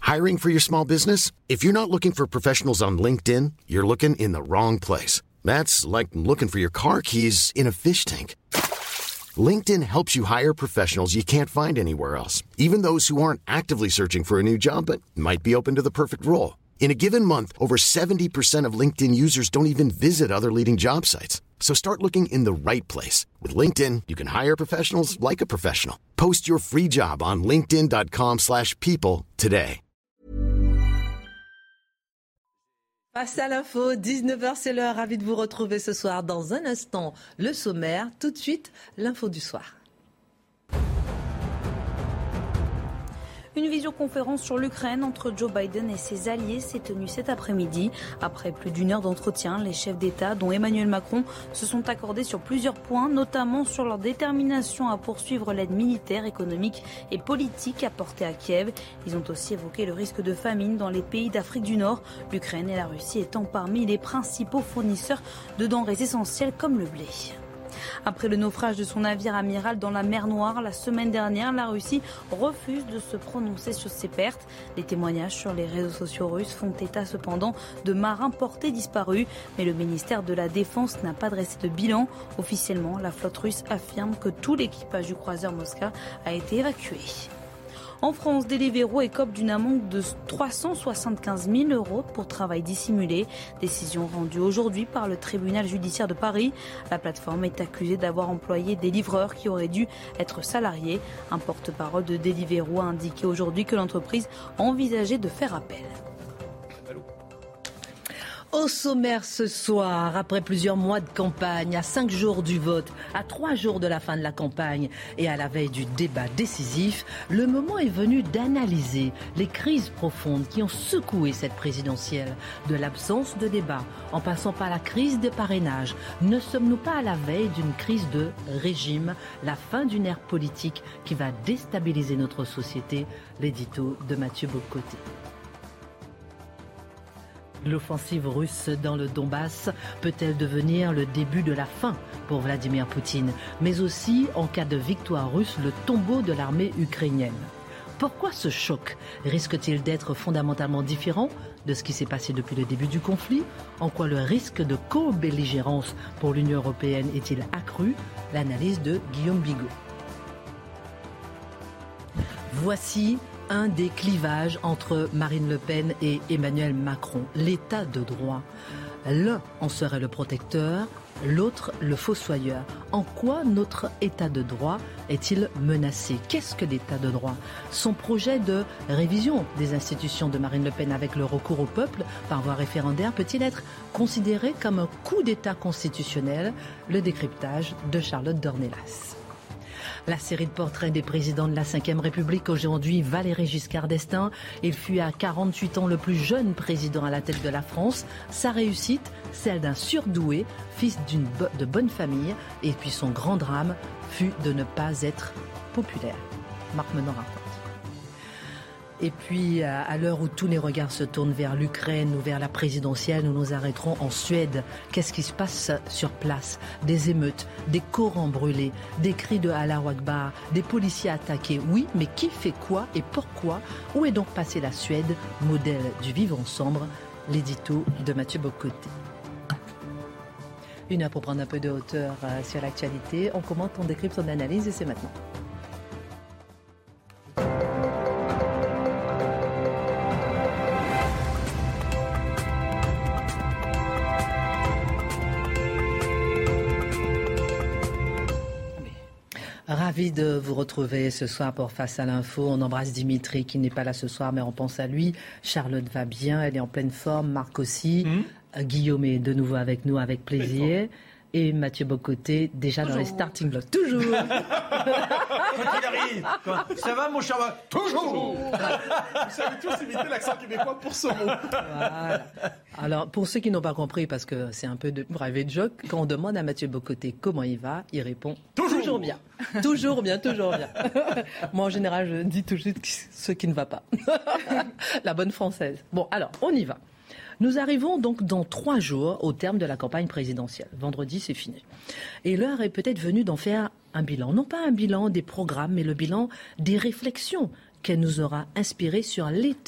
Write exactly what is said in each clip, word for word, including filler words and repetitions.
Hiring for your small business? If you're not looking for professionals on LinkedIn, you're looking in the wrong place. That's like looking for your car keys in a fish tank. LinkedIn helps you hire professionals you can't find anywhere else, even those who aren't actively searching for a new job but might be open to the perfect role. In a given month, over seventy percent of LinkedIn users don't even visit other leading job sites. So start looking in the right place. With LinkedIn, you can hire professionals like a professional. Post your free job on linkedin.com slash people today. Face à l'info, dix-neuf heures, c'est l'heure. Ravi de vous retrouver ce soir. Dans un instant, le sommaire. Tout de suite, l'info du soir. Une visioconférence sur l'Ukraine entre Joe Biden et ses alliés s'est tenue cet après-midi. Après plus d'une heure d'entretien, les chefs d'État, dont Emmanuel Macron, se sont accordés sur plusieurs points, notamment sur leur détermination à poursuivre l'aide militaire, économique et politique apportée à Kiev. Ils ont aussi évoqué le risque de famine dans les pays d'Afrique du Nord, l'Ukraine et la Russie étant parmi les principaux fournisseurs de denrées essentielles comme le blé. Après le naufrage de son navire amiral dans la mer Noire la semaine dernière, la Russie refuse de se prononcer sur ses pertes. Les témoignages sur les réseaux sociaux russes font état cependant de marins portés disparus. Mais le ministère de la Défense n'a pas dressé de bilan. Officiellement, la flotte russe affirme que tout l'équipage du croiseur Mosca a été évacué. En France, Deliveroo écope d'une amende de trois cent soixante-quinze mille euros pour travail dissimulé. Décision rendue aujourd'hui par le tribunal judiciaire de Paris. La plateforme est accusée d'avoir employé des livreurs qui auraient dû être salariés. Un porte-parole de Deliveroo a indiqué aujourd'hui que l'entreprise envisageait de faire appel. Au sommaire ce soir, après plusieurs mois de campagne, à cinq jours du vote, à trois jours de la fin de la campagne et à la veille du débat décisif, le moment est venu d'analyser les crises profondes qui ont secoué cette présidentielle. De l'absence de débat, en passant par la crise des parrainages, ne sommes-nous pas à la veille d'une crise de régime, la fin d'une ère politique qui va déstabiliser notre société? L'édito de Mathieu Bocoté. L'offensive russe dans le Donbass peut-elle devenir le début de la fin pour Vladimir Poutine, mais aussi, en cas de victoire russe, le tombeau de l'armée ukrainienne? Pourquoi ce choc risque-t-il d'être fondamentalement différent de ce qui s'est passé depuis le début du conflit? En quoi le risque de co-belligérance pour l'Union européenne est-il accru? L'analyse de Guillaume Bigot. Voici un des clivages entre Marine Le Pen et Emmanuel Macron, l'état de droit. L'un en serait le protecteur, l'autre le fossoyeur. En quoi notre état de droit est-il menacé? Qu'est-ce que l'état de droit? Son projet de révision des institutions de Marine Le Pen avec le recours au peuple par voie référendaire peut-il être considéré comme un coup d'état constitutionnel? Le décryptage de Charlotte Dornelas. La série de portraits des présidents de la cinquième République, aujourd'hui Valéry Giscard d'Estaing. Il fut à quarante-huit ans le plus jeune président à la tête de la France. Sa réussite, celle d'un surdoué, fils d'une bo- de bonne famille. Et puis son grand drame fut de ne pas être populaire. Marc Menon raconte. Et puis, à l'heure où tous les regards se tournent vers l'Ukraine ou vers la présidentielle, nous nous arrêterons en Suède. Qu'est-ce qui se passe sur place? Des émeutes, des Corans brûlés, des cris de Allah Akbar, des policiers attaqués. Oui, mais qui fait quoi et pourquoi? Où est donc passée la Suède, modèle du vivre ensemble? L'édito de Mathieu Bocoté. Une heure pour prendre un peu de hauteur sur l'actualité. On commente, on décrypte, on analyse et c'est maintenant. Ravi de vous retrouver ce soir pour Face à l'info. On embrasse Dimitri qui n'est pas là ce soir, mais on pense à lui. Charlotte va bien, elle est en pleine forme. Marc aussi. Mmh. Guillaume est de nouveau avec nous avec plaisir. Et Mathieu Bocoté, déjà Toujours. Dans les starting blocks. Toujours. Ça va, mon cher? Toujours. Vous savez tous imiter l'accent québécois pour ce mot. Voilà. Alors, pour ceux qui n'ont pas compris, parce que c'est un peu de private joke, quand on demande à Mathieu Bocoté comment il va, il répond toujours, toujours bien. Toujours bien, toujours bien. Moi, en général, je dis toujours ce qui ne va pas. La bonne française. Bon, alors, on y va. Nous arrivons donc dans trois jours au terme de la campagne présidentielle. Vendredi, c'est fini. Et l'heure est peut-être venue d'en faire un bilan. Non pas un bilan des programmes, mais le bilan des réflexions qu'elle nous aura inspirées sur l'état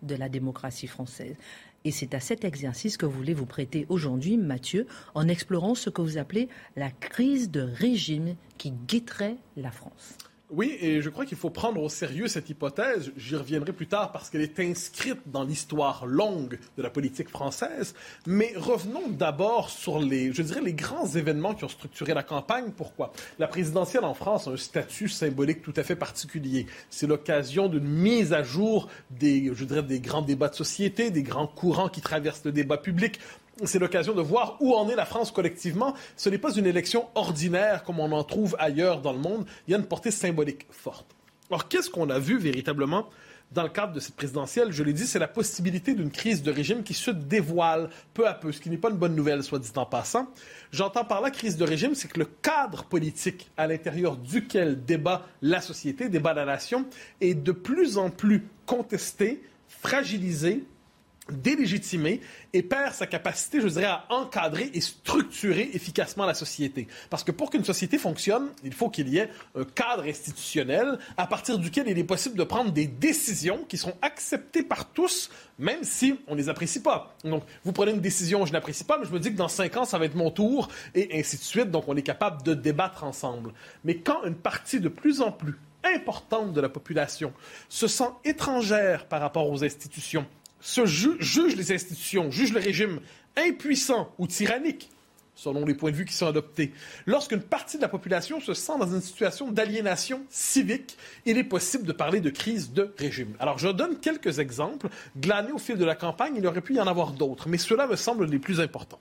de la démocratie française. Et c'est à cet exercice que vous voulez vous prêter aujourd'hui, Mathieu, en explorant ce que vous appelez la crise de régime qui guetterait la France. Oui, et je crois qu'il faut prendre au sérieux cette hypothèse. J'y reviendrai plus tard parce qu'elle est inscrite dans l'histoire longue de la politique française. Mais revenons d'abord sur les, je dirais, les grands événements qui ont structuré la campagne. Pourquoi? La présidentielle en France a un statut symbolique tout à fait particulier. C'est l'occasion d'une mise à jour des, je dirais, des grands débats de société, des grands courants qui traversent le débat public. C'est l'occasion de voir où en est la France collectivement. Ce n'est pas une élection ordinaire comme on en trouve ailleurs dans le monde. Il y a une portée symbolique forte. Alors, qu'est-ce qu'on a vu véritablement dans le cadre de cette présidentielle? Je l'ai dit, c'est la possibilité d'une crise de régime qui se dévoile peu à peu, ce qui n'est pas une bonne nouvelle, soit dit en passant. J'entends par là crise de régime, c'est que le cadre politique à l'intérieur duquel débat la société, débat la nation, est de plus en plus contesté, fragilisé, délégitimé et perd sa capacité, je dirais, à encadrer et structurer efficacement la société. Parce que pour qu'une société fonctionne, il faut qu'il y ait un cadre institutionnel à partir duquel il est possible de prendre des décisions qui seront acceptées par tous, même si on ne les apprécie pas. Donc, vous prenez une décision, je n'apprécie pas, mais je me dis que dans cinq ans, ça va être mon tour, et ainsi de suite. Donc, on est capable de débattre ensemble. Mais quand une partie de plus en plus importante de la population se sent étrangère par rapport aux institutions, se ju- juge les institutions, juge le régime impuissant ou tyrannique, selon les points de vue qui sont adoptés. Lorsqu'une partie de la population se sent dans une situation d'aliénation civique, il est possible de parler de crise de régime. Alors, je donne quelques exemples. Glanés au fil de la campagne, il aurait pu y en avoir d'autres, mais ceux-là me semblent les plus importants.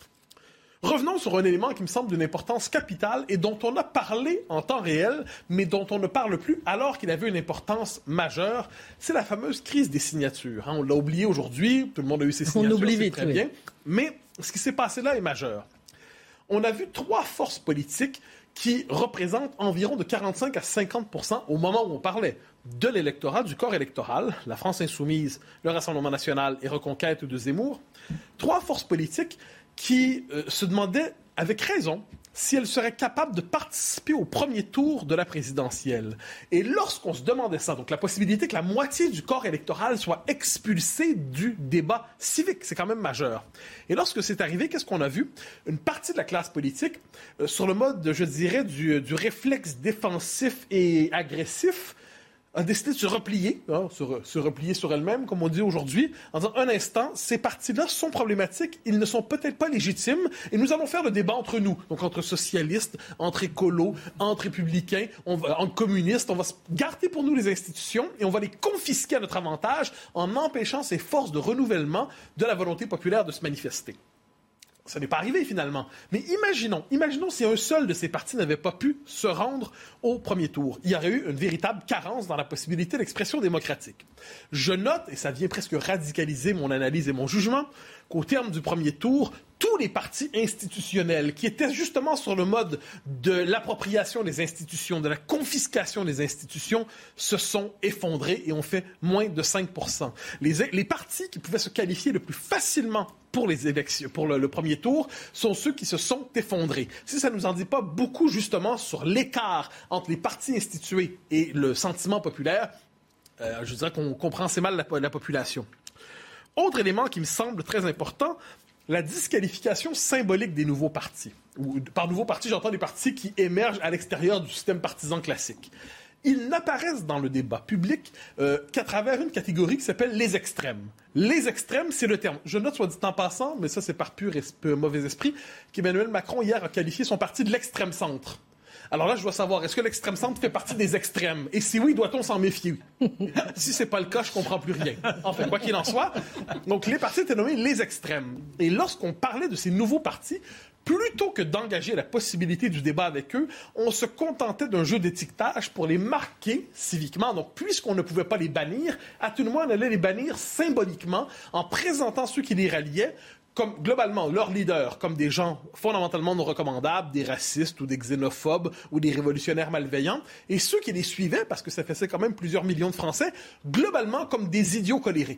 Revenons sur un élément qui me semble d'une importance capitale et dont on a parlé en temps réel, mais dont on ne parle plus alors qu'il avait une importance majeure. C'est la fameuse crise des signatures. Hein, on l'a oublié aujourd'hui, tout le monde a eu ses signatures, on oublie c'est vite, très oui. bien. Mais ce qui s'est passé là est majeur. On a vu trois forces politiques qui représentent environ de quarante-cinq à cinquante pour cent au moment où on parlait de l'électorat, du corps électoral, la France insoumise, le Rassemblement national et Reconquête de Zemmour. Trois forces politiques qui euh, se demandaient, avec raison, si elles seraient capables de participer au premier tour de la présidentielle. Et lorsqu'on se demandait ça, donc la possibilité que la moitié du corps électoral soit expulsée du débat civique, c'est quand même majeur. Et lorsque c'est arrivé, qu'est-ce qu'on a vu? Une partie de la classe politique, euh, sur le mode, je dirais, du, du réflexe défensif et agressif, a décidé de se replier, hein, se, re, se replier sur elle-même, comme on dit aujourd'hui, en disant un instant, ces partis-là sont problématiques, ils ne sont peut-être pas légitimes, et nous allons faire le débat entre nous, donc entre socialistes, entre écolos, entre républicains, on va, entre communistes, on va se garder pour nous les institutions et on va les confisquer à notre avantage en empêchant ces forces de renouvellement de la volonté populaire de se manifester. Ça n'est pas arrivé, finalement. Mais imaginons, imaginons si un seul de ces partis n'avait pas pu se rendre au premier tour. Il y aurait eu une véritable carence dans la possibilité d'expression démocratique. Je note, et ça vient presque radicaliser mon analyse et mon jugement, qu'au terme du premier tour, tous les partis institutionnels qui étaient justement sur le mode de l'appropriation des institutions, de la confiscation des institutions, se sont effondrés et ont fait moins de cinq pour cent. Les, les partis qui pouvaient se qualifier le plus facilement pour les élections, pour le, le premier tour, sont ceux qui se sont effondrés. Si ça ne nous en dit pas beaucoup justement sur l'écart entre les partis institués et le sentiment populaire, euh, je dirais qu'on comprend assez mal la, la population. Autre élément qui me semble très important, la disqualification symbolique des nouveaux partis. Ou, par nouveaux partis, j'entends des partis qui émergent à l'extérieur du système partisan classique. Ils n'apparaissent dans le débat public euh, qu'à travers une catégorie qui s'appelle les extrêmes. Les extrêmes, c'est le terme. Je note, soit dit en passant, mais ça c'est par pur es- mauvais esprit, qu'Emmanuel Macron hier a qualifié son parti de l'extrême centre. Alors là, je dois savoir, est-ce que l'extrême centre fait partie des extrêmes? Et si oui, doit-on s'en méfier? Si c'est pas le cas, je comprends plus rien. Enfin, quoi qu'il en soit, donc les partis étaient nommés les extrêmes. Et lorsqu'on parlait de ces nouveaux partis, plutôt que d'engager la possibilité du débat avec eux, on se contentait d'un jeu d'étiquetage pour les marquer civiquement. Donc, puisqu'on ne pouvait pas les bannir, à tout le moins, on allait les bannir symboliquement en présentant ceux qui les ralliaient comme, globalement, leurs leaders, comme des gens fondamentalement non recommandables, des racistes ou des xénophobes ou des révolutionnaires malveillants, et ceux qui les suivaient, parce que ça faisait quand même plusieurs millions de Français, globalement comme des idiots colériques.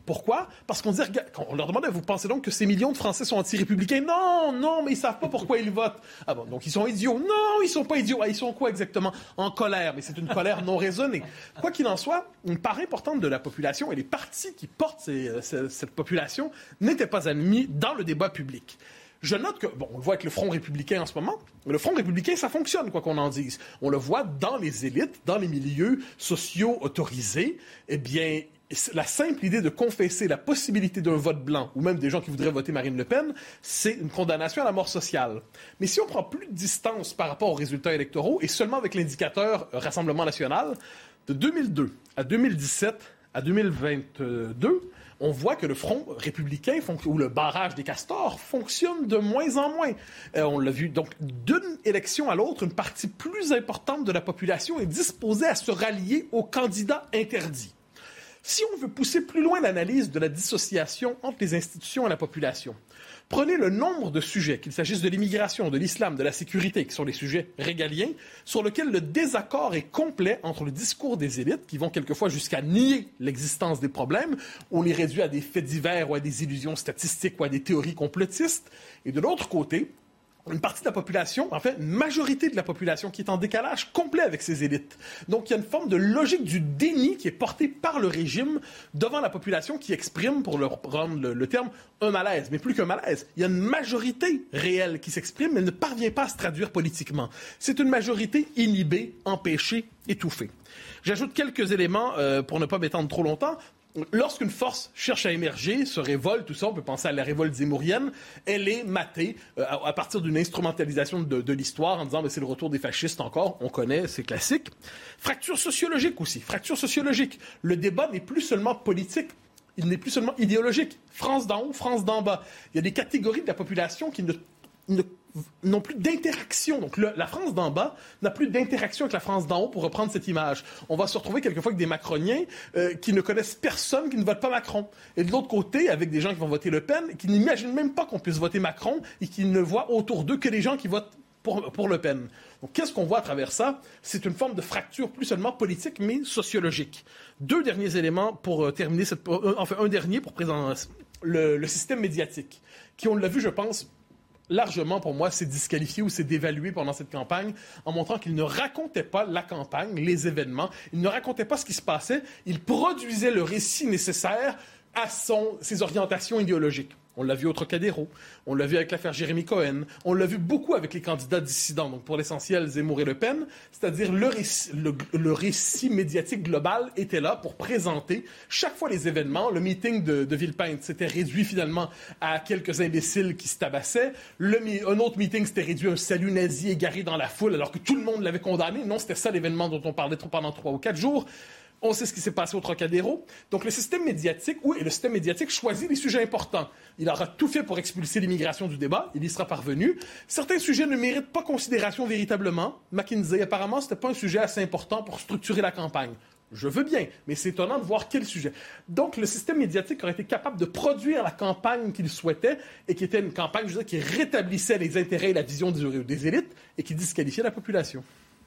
Pourquoi? Parce qu'on dit, on leur demandait, vous pensez donc que ces millions de Français sont anti-républicains? Non, non, mais ils savent pas pourquoi ils votent. Ah bon, donc ils sont idiots. Non, ils sont pas idiots. Ah, ils sont quoi exactement? En colère, mais c'est une colère non raisonnée. Quoi qu'il en soit, une part importante de la population et les partis qui portent ces, ces, cette population n'étaient pas admis dans le débat public. Je note que, bon, on le voit avec le Front républicain en ce moment, mais le Front républicain, ça fonctionne, quoi qu'on en dise. On le voit dans les élites, dans les milieux sociaux autorisés. Eh bien, la simple idée de confesser la possibilité d'un vote blanc, ou même des gens qui voudraient voter Marine Le Pen, c'est une condamnation à la mort sociale. Mais si on prend plus de distance par rapport aux résultats électoraux, et seulement avec l'indicateur Rassemblement national, de deux mille deux à deux mille dix-sept à deux mille vingt-deux, on voit que le Front républicain, ou le barrage des castors, fonctionne de moins en moins. Euh, on l'a vu. Donc, d'une élection à l'autre, une partie plus importante de la population est disposée à se rallier aux candidats interdits. Si on veut pousser plus loin l'analyse de la dissociation entre les institutions et la population, prenez le nombre de sujets, qu'il s'agisse de l'immigration, de l'islam, de la sécurité, qui sont les sujets régaliens, sur lesquels le désaccord est complet entre le discours des élites, qui vont quelquefois jusqu'à nier l'existence des problèmes, on les réduit à des faits divers ou à des illusions statistiques ou à des théories complotistes, et de l'autre côté, une partie de la population, en fait, une majorité de la population qui est en décalage complet avec ces élites. Donc, il y a une forme de logique du déni qui est portée par le régime devant la population qui exprime, pour leur prendre le, le terme, un malaise. Mais plus qu'un malaise, il y a une majorité réelle qui s'exprime, mais elle ne parvient pas à se traduire politiquement. C'est une majorité inhibée, empêchée, étouffée. J'ajoute quelques éléments euh, pour ne pas m'étendre trop longtemps. Lorsqu'une force cherche à émerger, se révolte, tout ça, on peut penser à la révolte zémourienne, elle est matée euh, à, à partir d'une instrumentalisation de, de l'histoire en disant mais c'est le retour des fascistes encore, on connaît, c'est classique. Fracture sociologique aussi, fracture sociologique. Le débat n'est plus seulement politique, il n'est plus seulement idéologique. France d'en haut, France d'en bas. Il y a des catégories de la population qui ne, ne n'ont plus d'interaction. Donc, le, la France d'en bas n'a plus d'interaction avec la France d'en haut, pour reprendre cette image. On va se retrouver quelquefois avec des macroniens euh, qui ne connaissent personne, qui ne votent pas Macron. Et de l'autre côté, avec des gens qui vont voter Le Pen, qui n'imaginent même pas qu'on puisse voter Macron et qui ne voient autour d'eux que les gens qui votent pour, pour Le Pen. Donc, qu'est-ce qu'on voit à travers ça? C'est une forme de fracture plus seulement politique, mais sociologique. Deux derniers éléments pour euh, terminer cette... Euh, enfin, un dernier pour présenter le, le système médiatique, qui, on l'a vu, je pense, largement, pour moi, c'est disqualifié ou c'est dévalué pendant cette campagne en montrant qu'il ne racontait pas la campagne, les événements, il ne racontait pas ce qui se passait, il produisait le récit nécessaire à son, ses orientations idéologiques. On l'a vu au Trocadéro, on l'a vu avec l'affaire Jérémy Cohen, on l'a vu beaucoup avec les candidats dissidents, donc pour l'essentiel Zemmour et Le Pen, c'est-à-dire le récit, le, le récit médiatique global était là pour présenter chaque fois les événements. Le meeting de, de Villepinte s'était réduit finalement à quelques imbéciles qui se tabassaient. Le, un autre meeting s'était réduit à un salut nazi égaré dans la foule alors que tout le monde l'avait condamné. Non, c'était ça l'événement dont on parlait pendant trois ou quatre jours. On sait ce qui s'est passé au Trocadéro. Donc, le système médiatique, oui, et le système médiatique choisit les sujets importants. Il aura tout fait pour expulser l'immigration du débat. Il y sera parvenu. Certains sujets ne méritent pas considération véritablement. McKinsey, apparemment, c'était pas un sujet assez important pour structurer la campagne. Je veux bien, mais c'est étonnant de voir quel sujet. Donc, le système médiatique aurait été capable de produire la campagne qu'il souhaitait et qui était une campagne, je veux dire, qui rétablissait les intérêts et la vision des, des élites et qui disqualifiait la population.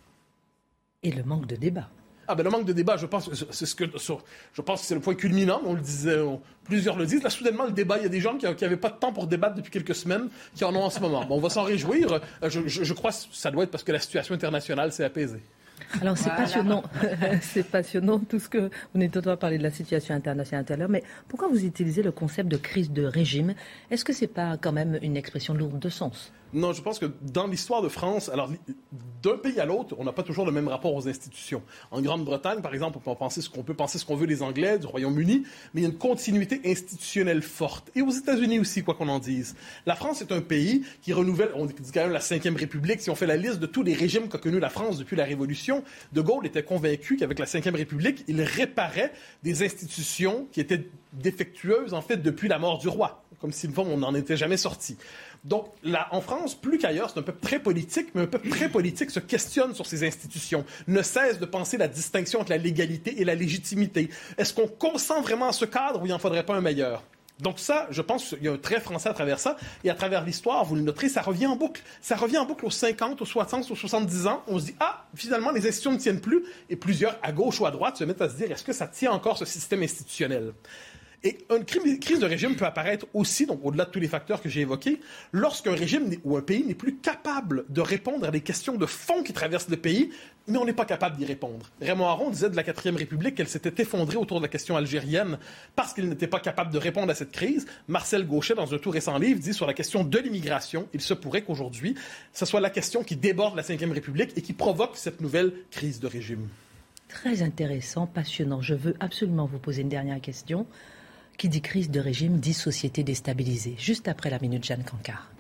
Et le manque de débat. Ah ben le manque de débat, je pense, c'est ce que, je pense que c'est le point culminant, on le disait, on, plusieurs le disent. Là, soudainement, le débat, il y a des gens qui n'avaient pas de temps pour débattre depuis quelques semaines, qui en ont en ce moment. Bon, on va s'en réjouir. Je, je, je crois que ça doit être parce que la situation internationale s'est apaisée. Alors c'est voilà. passionnant, c'est passionnant tout ce que vous venez de parler de la situation internationale tout à l'heure, mais pourquoi vous utilisez le concept de crise de régime? Est-ce que c'est pas quand même une expression lourde de sens? Non, je pense que dans l'histoire de France, alors d'un pays à l'autre, on n'a pas toujours le même rapport aux institutions. En Grande-Bretagne, par exemple, on peut penser ce qu'on peut penser ce qu'on veut des Anglais, du Royaume-Uni, mais il y a une continuité institutionnelle forte. Et aux États-Unis aussi, quoi qu'on en dise. La France est un pays qui renouvelle, on dit quand même la cinquième République. Si on fait la liste de tous les régimes qu'a connu la France depuis la Révolution, De Gaulle était convaincu qu'avec la cinquième République, il réparait des institutions qui étaient défectueuses, en fait, depuis la mort du roi. Comme si, on n'en était jamais sorti. Donc, là, en France, plus qu'ailleurs, c'est un peuple très politique, mais un peuple très politique se questionne sur ces institutions, ne cesse de penser la distinction entre la légalité et la légitimité. Est-ce qu'on consent vraiment à ce cadre ou il n'en faudrait pas un meilleur? Donc ça, je pense qu'il y a un trait français à travers ça. Et à travers l'histoire, vous le noterez, ça revient en boucle. Ça revient en boucle aux cinquante, aux soixante, aux soixante-dix ans. On se dit, ah, finalement, les institutions ne tiennent plus. Et plusieurs, à gauche ou à droite, se mettent à se dire, est-ce que ça tient encore ce système institutionnel? Et une crise de régime peut apparaître aussi, donc au-delà de tous les facteurs que j'ai évoqués, lorsqu'un régime ou un pays n'est plus capable de répondre à des questions de fond qui traversent le pays, mais on n'est pas capable d'y répondre. Raymond Aron disait de la quatrième République qu'elle s'était effondrée autour de la question algérienne parce qu'il n'était pas capable de répondre à cette crise. Marcel Gauchet, dans un tout récent livre, dit sur la question de l'immigration, il se pourrait qu'aujourd'hui, ce soit la question qui déborde la cinquième République et qui provoque cette nouvelle crise de régime. Très intéressant, passionnant. Je veux absolument vous poser une dernière question. Qui dit crise de régime dit société déstabilisée. Juste après la minute, Jeanne Cancard.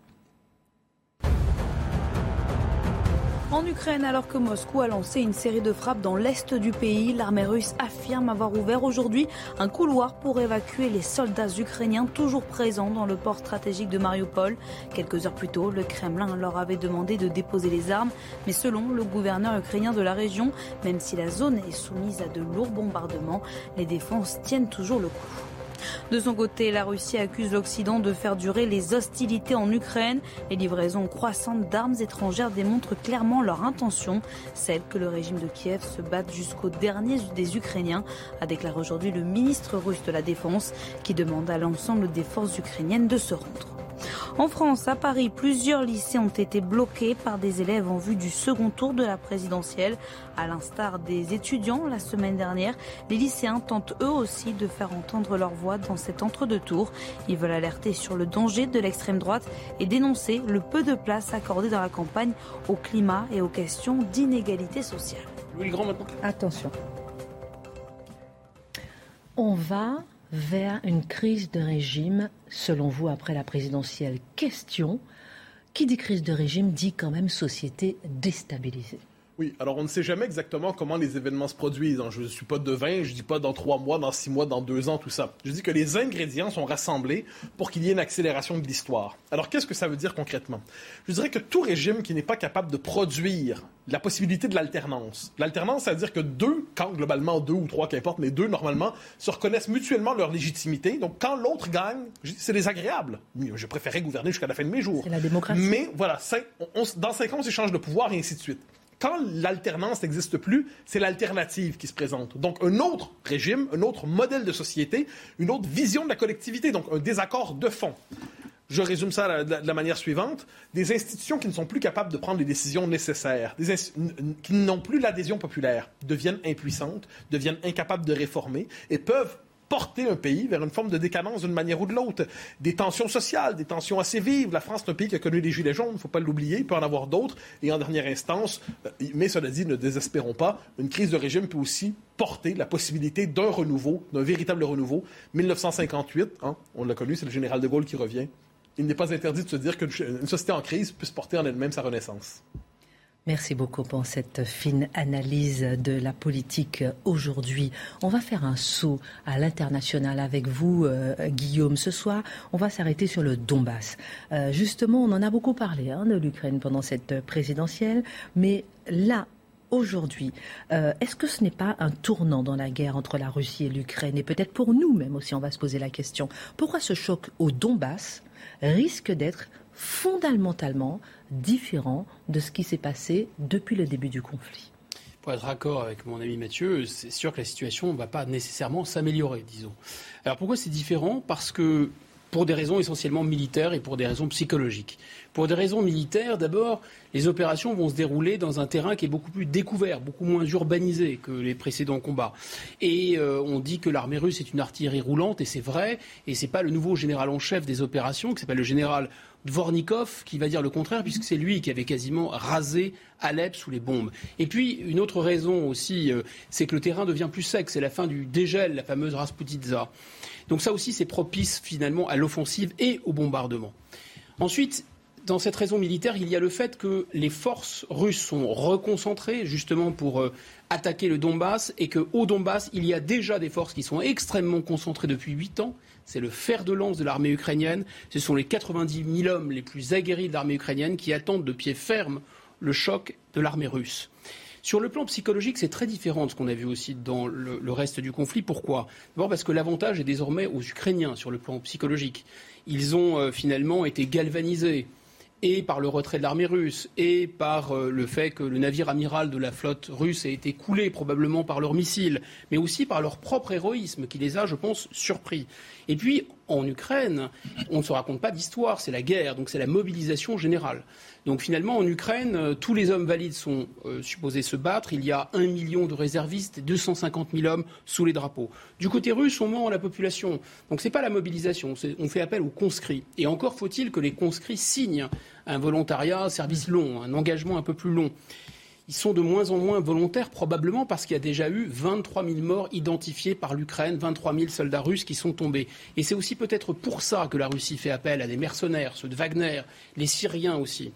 En Ukraine, alors que Moscou a lancé une série de frappes dans l'est du pays, l'armée russe affirme avoir ouvert aujourd'hui un couloir pour évacuer les soldats ukrainiens toujours présents dans le port stratégique de Mariupol. Quelques heures plus tôt, le Kremlin leur avait demandé de déposer les armes, mais selon le gouverneur ukrainien de la région, même si la zone est soumise à de lourds bombardements, les défenses tiennent toujours le coup. De son côté, la Russie accuse l'Occident de faire durer les hostilités en Ukraine. Les livraisons croissantes d'armes étrangères démontrent clairement leur intention, celle que le régime de Kiev se batte jusqu'au dernier des Ukrainiens, a déclaré aujourd'hui le ministre russe de la Défense, qui demande à l'ensemble des forces ukrainiennes de se rendre. En France, à Paris, plusieurs lycées ont été bloqués par des élèves en vue du second tour de la présidentielle. À l'instar des étudiants la semaine dernière, les lycéens tentent eux aussi de faire entendre leur voix dans cet entre-deux-tours. Ils veulent alerter sur le danger de l'extrême droite et dénoncer le peu de place accordée dans la campagne au climat et aux questions d'inégalité sociale. Louis Grand maintenant. Attention. On va vers une crise de régime, selon vous, après la présidentielle. Question, qui dit crise de régime dit quand même société déstabilisée. Oui, alors on ne sait jamais exactement comment les événements se produisent. Je ne suis pas devin, je ne dis pas dans trois mois, dans six mois, dans deux ans, tout ça. Je dis que les ingrédients sont rassemblés pour qu'il y ait une accélération de l'histoire. Alors qu'est-ce que ça veut dire concrètement? Je dirais que tout régime qui n'est pas capable de produire la possibilité de l'alternance. L'alternance, ça veut dire que deux, quand globalement deux ou trois, qu'importe, mais deux normalement, se reconnaissent mutuellement leur légitimité. Donc quand l'autre gagne, c'est désagréable. Je préférais gouverner jusqu'à la fin de mes jours. C'est la démocratie. Mais voilà, cinq, on, on, dans cinq ans, on s'échange de pouvoir et ainsi de suite. Quand l'alternance n'existe plus, c'est l'alternative qui se présente. Donc, un autre régime, un autre modèle de société, une autre vision de la collectivité, donc un désaccord de fond. Je résume ça de la, de la manière suivante. Des institutions qui ne sont plus capables de prendre les décisions nécessaires, des inst- qui n'ont plus l'adhésion populaire, deviennent impuissantes, deviennent incapables de réformer et peuvent porter un pays vers une forme de décadence d'une manière ou de l'autre. Des tensions sociales, des tensions assez vives. La France est un pays qui a connu les Gilets jaunes, il ne faut pas l'oublier, il peut en avoir d'autres. Et en dernière instance, mais cela dit, ne désespérons pas, une crise de régime peut aussi porter la possibilité d'un renouveau, d'un véritable renouveau. dix-neuf cent cinquante-huit, hein, on l'a connu, c'est le général de Gaulle qui revient. Il n'est pas interdit de se dire qu'une société en crise puisse porter en elle-même sa renaissance. Merci beaucoup pour cette fine analyse de la politique aujourd'hui. On va faire un saut à l'international avec vous, euh, Guillaume. Ce soir, on va s'arrêter sur le Donbass. Euh, justement, on en a beaucoup parlé hein, de l'Ukraine pendant cette présidentielle, mais là, aujourd'hui, euh, est-ce que ce n'est pas un tournant dans la guerre entre la Russie et l'Ukraine? Et peut-être pour nous même aussi, on va se poser la question. Pourquoi ce choc au Donbass risque d'être fondamentalement différent de ce qui s'est passé depuis le début du conflit? Pour être d'accord avec mon ami Mathieu, c'est sûr que la situation ne va pas nécessairement s'améliorer, disons. Alors pourquoi c'est différent? Parce que pour des raisons essentiellement militaires et pour des raisons psychologiques. Pour des raisons militaires, d'abord, les opérations vont se dérouler dans un terrain qui est beaucoup plus découvert, beaucoup moins urbanisé que les précédents combats. Et euh, on dit que l'armée russe est une artillerie roulante, et c'est vrai, et c'est pas le nouveau général en chef des opérations, qui s'appelle le général Dvornikov, qui va dire le contraire, puisque c'est lui qui avait quasiment rasé Alep sous les bombes. Et puis, une autre raison aussi, euh, c'est que le terrain devient plus sec, c'est la fin du dégel, la fameuse Rasputitsa. Donc ça aussi, c'est propice finalement à l'offensive et au bombardement. Ensuite, dans cette raison militaire, il y a le fait que les forces russes sont reconcentrées justement pour euh, attaquer le Donbass et qu'au Donbass, il y a déjà des forces qui sont extrêmement concentrées depuis huit ans. C'est le fer de lance de l'armée ukrainienne. Ce sont les quatre-vingt-dix mille hommes les plus aguerris de l'armée ukrainienne qui attendent de pied ferme le choc de l'armée russe. Sur le plan psychologique, c'est très différent de ce qu'on a vu aussi dans le, le reste du conflit. Pourquoi? D'abord parce que l'avantage est désormais aux Ukrainiens sur le plan psychologique. Ils ont euh, finalement été galvanisés. et par le retrait de l'armée russe, et par euh, le fait que le navire amiral de la flotte russe a été coulé probablement par leurs missiles, mais aussi par leur propre héroïsme qui les a, je pense, surpris. Et puis, en Ukraine, on ne se raconte pas d'histoire, c'est la guerre, donc c'est la mobilisation générale. Donc finalement, en Ukraine, euh, tous les hommes valides sont euh, supposés se battre. Il y a un million de réservistes et deux cent cinquante mille hommes sous les drapeaux. Du côté russe, on ment à la population. Donc ce n'est pas la mobilisation, c'est, on fait appel aux conscrits. Et encore faut-il que les conscrits signent un volontariat, un service long, un engagement un peu plus long. Ils sont de moins en moins volontaires, probablement parce qu'il y a déjà eu vingt-trois mille morts identifiés par l'Ukraine, vingt-trois mille soldats russes qui sont tombés. Et c'est aussi peut-être pour ça que la Russie fait appel à des mercenaires, ceux de Wagner, les Syriens aussi.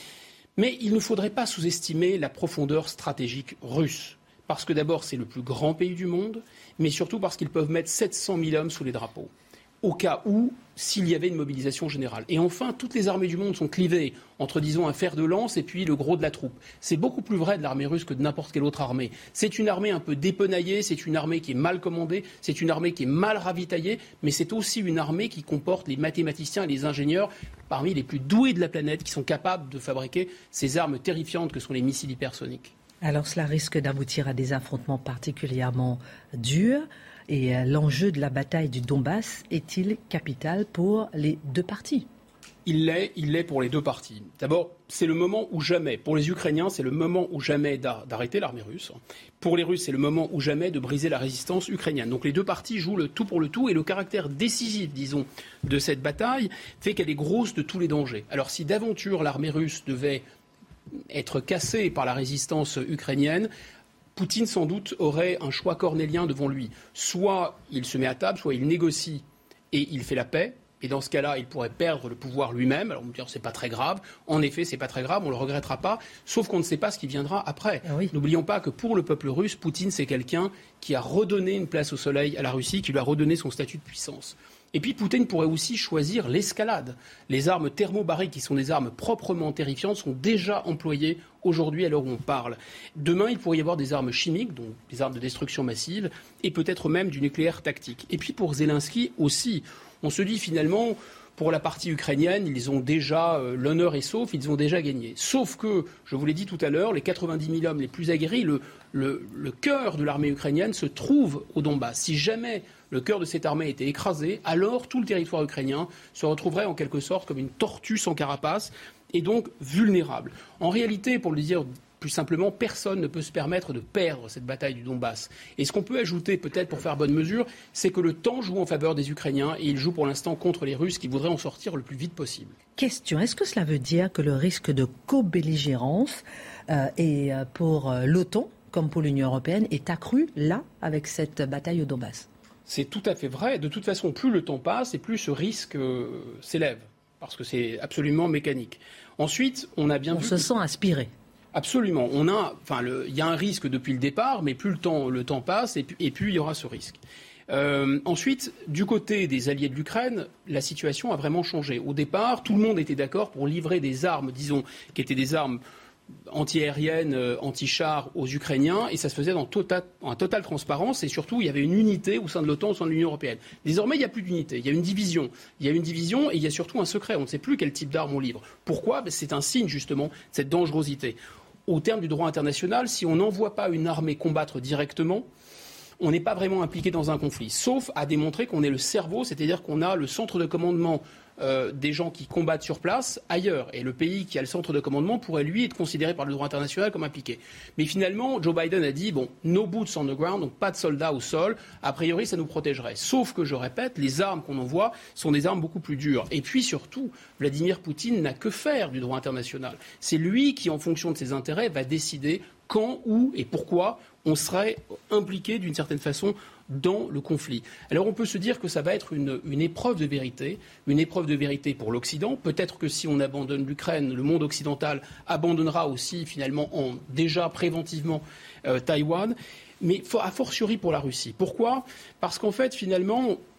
Mais il ne faudrait pas sous-estimer la profondeur stratégique russe. Parce que d'abord, c'est le plus grand pays du monde, mais surtout parce qu'ils peuvent mettre sept cent mille hommes sous les drapeaux, au cas où, s'il y avait une mobilisation générale. Et enfin, toutes les armées du monde sont clivées entre, disons, un fer de lance et puis le gros de la troupe. C'est beaucoup plus vrai de l'armée russe que de n'importe quelle autre armée. C'est une armée un peu dépenaillée, c'est une armée qui est mal commandée, c'est une armée qui est mal ravitaillée, mais c'est aussi une armée qui comporte les mathématiciens et les ingénieurs parmi les plus doués de la planète qui sont capables de fabriquer ces armes terrifiantes que sont les missiles hypersoniques. Alors cela risque d'aboutir à des affrontements particulièrement durs. Et l'enjeu de la bataille du Donbass est-il capital pour les deux parties ? Il l'est, il l'est pour les deux parties. D'abord, c'est le moment ou jamais. Pour les Ukrainiens, c'est le moment ou jamais d'arrêter l'armée russe. Pour les Russes, c'est le moment ou jamais de briser la résistance ukrainienne. Donc les deux parties jouent le tout pour le tout et le caractère décisif, disons, de cette bataille fait qu'elle est grosse de tous les dangers. Alors si d'aventure l'armée russe devait être cassée par la résistance ukrainienne, Poutine, sans doute, aurait un choix cornélien devant lui. Soit il se met à table, soit il négocie et il fait la paix. Et dans ce cas-là, il pourrait perdre le pouvoir lui-même. Alors on me dit, c'est pas très grave. En effet, c'est pas très grave, on le regrettera pas. Sauf qu'on ne sait pas ce qui viendra après. Ah oui. N'oublions pas que pour le peuple russe, Poutine, c'est quelqu'un qui a redonné une place au soleil à la Russie, qui lui a redonné son statut de puissance. Et puis Poutine pourrait aussi choisir l'escalade. Les armes thermobariques, qui sont des armes proprement terrifiantes, sont déjà employées aujourd'hui à l'heure où on parle. Demain, il pourrait y avoir des armes chimiques, donc des armes de destruction massive, et peut-être même du nucléaire tactique. Et puis pour Zelensky aussi, on se dit finalement, pour la partie ukrainienne, ils ont déjà euh, l'honneur est sauf, ils ont déjà gagné. Sauf que, je vous l'ai dit tout à l'heure, les quatre-vingt-dix mille hommes les plus aguerris, le, le, le cœur de l'armée ukrainienne se trouve au Donbass. Si jamais le cœur de cette armée était écrasé, alors tout le territoire ukrainien se retrouverait en quelque sorte comme une tortue sans carapace et donc vulnérable. En réalité, pour le dire plus simplement, personne ne peut se permettre de perdre cette bataille du Donbass. Et ce qu'on peut ajouter, peut-être pour faire bonne mesure, c'est que le temps joue en faveur des Ukrainiens et il joue pour l'instant contre les Russes qui voudraient en sortir le plus vite possible. Question, est-ce que cela veut dire que le risque de co-belligérance euh, est, pour euh, l'OTAN, comme pour l'Union européenne, est accru là, avec cette bataille au Donbass ? C'est tout à fait vrai. De toute façon, plus le temps passe et plus ce risque euh, s'élève, parce que c'est absolument mécanique. Ensuite, on a bien on vu... On se sent inspiré. Absolument. On a, enfin, le, il y a un risque depuis le départ, mais plus le temps, le temps passe, et puis, et puis il y aura ce risque. Euh, ensuite, du côté des alliés de l'Ukraine, la situation a vraiment changé. Au départ, tout le monde était d'accord pour livrer des armes, disons, qui étaient des armes anti-aériennes, euh, anti-chars aux Ukrainiens, et ça se faisait dans total, en totale transparence, et surtout, il y avait une unité au sein de l'OTAN, au sein de l'Union européenne. Désormais, il n'y a plus d'unité, il y a une division. Il y a une division, et il y a surtout un secret. On ne sait plus quel type d'armes on livre. Pourquoi ? Ben, c'est un signe, justement, de cette dangerosité. Au terme du droit international, si on n'envoie pas une armée combattre directement, on n'est pas vraiment impliqué dans un conflit, sauf à démontrer qu'on est le cerveau, c'est-à-dire qu'on a le centre de commandement euh, des gens qui combattent sur place ailleurs. Et le pays qui a le centre de commandement pourrait, lui, être considéré par le droit international comme impliqué. Mais finalement, Joe Biden a dit, bon, no boots on the ground, donc pas de soldats au sol. A priori, ça nous protégerait. Sauf que, je répète, les armes qu'on envoie sont des armes beaucoup plus dures. Et puis, surtout, Vladimir Poutine n'a que faire du droit international. C'est lui qui, en fonction de ses intérêts, va décider quand, où et pourquoi on serait impliqué d'une certaine façon dans le conflit. Alors on peut se dire que ça va être une, une épreuve de vérité, une épreuve de vérité pour l'Occident. Peut-être que si on abandonne l'Ukraine, le monde occidental abandonnera aussi finalement en, déjà préventivement euh, Taïwan. Mais a fortiori pour la Russie. Pourquoi ? Parce qu'en fait, finalement,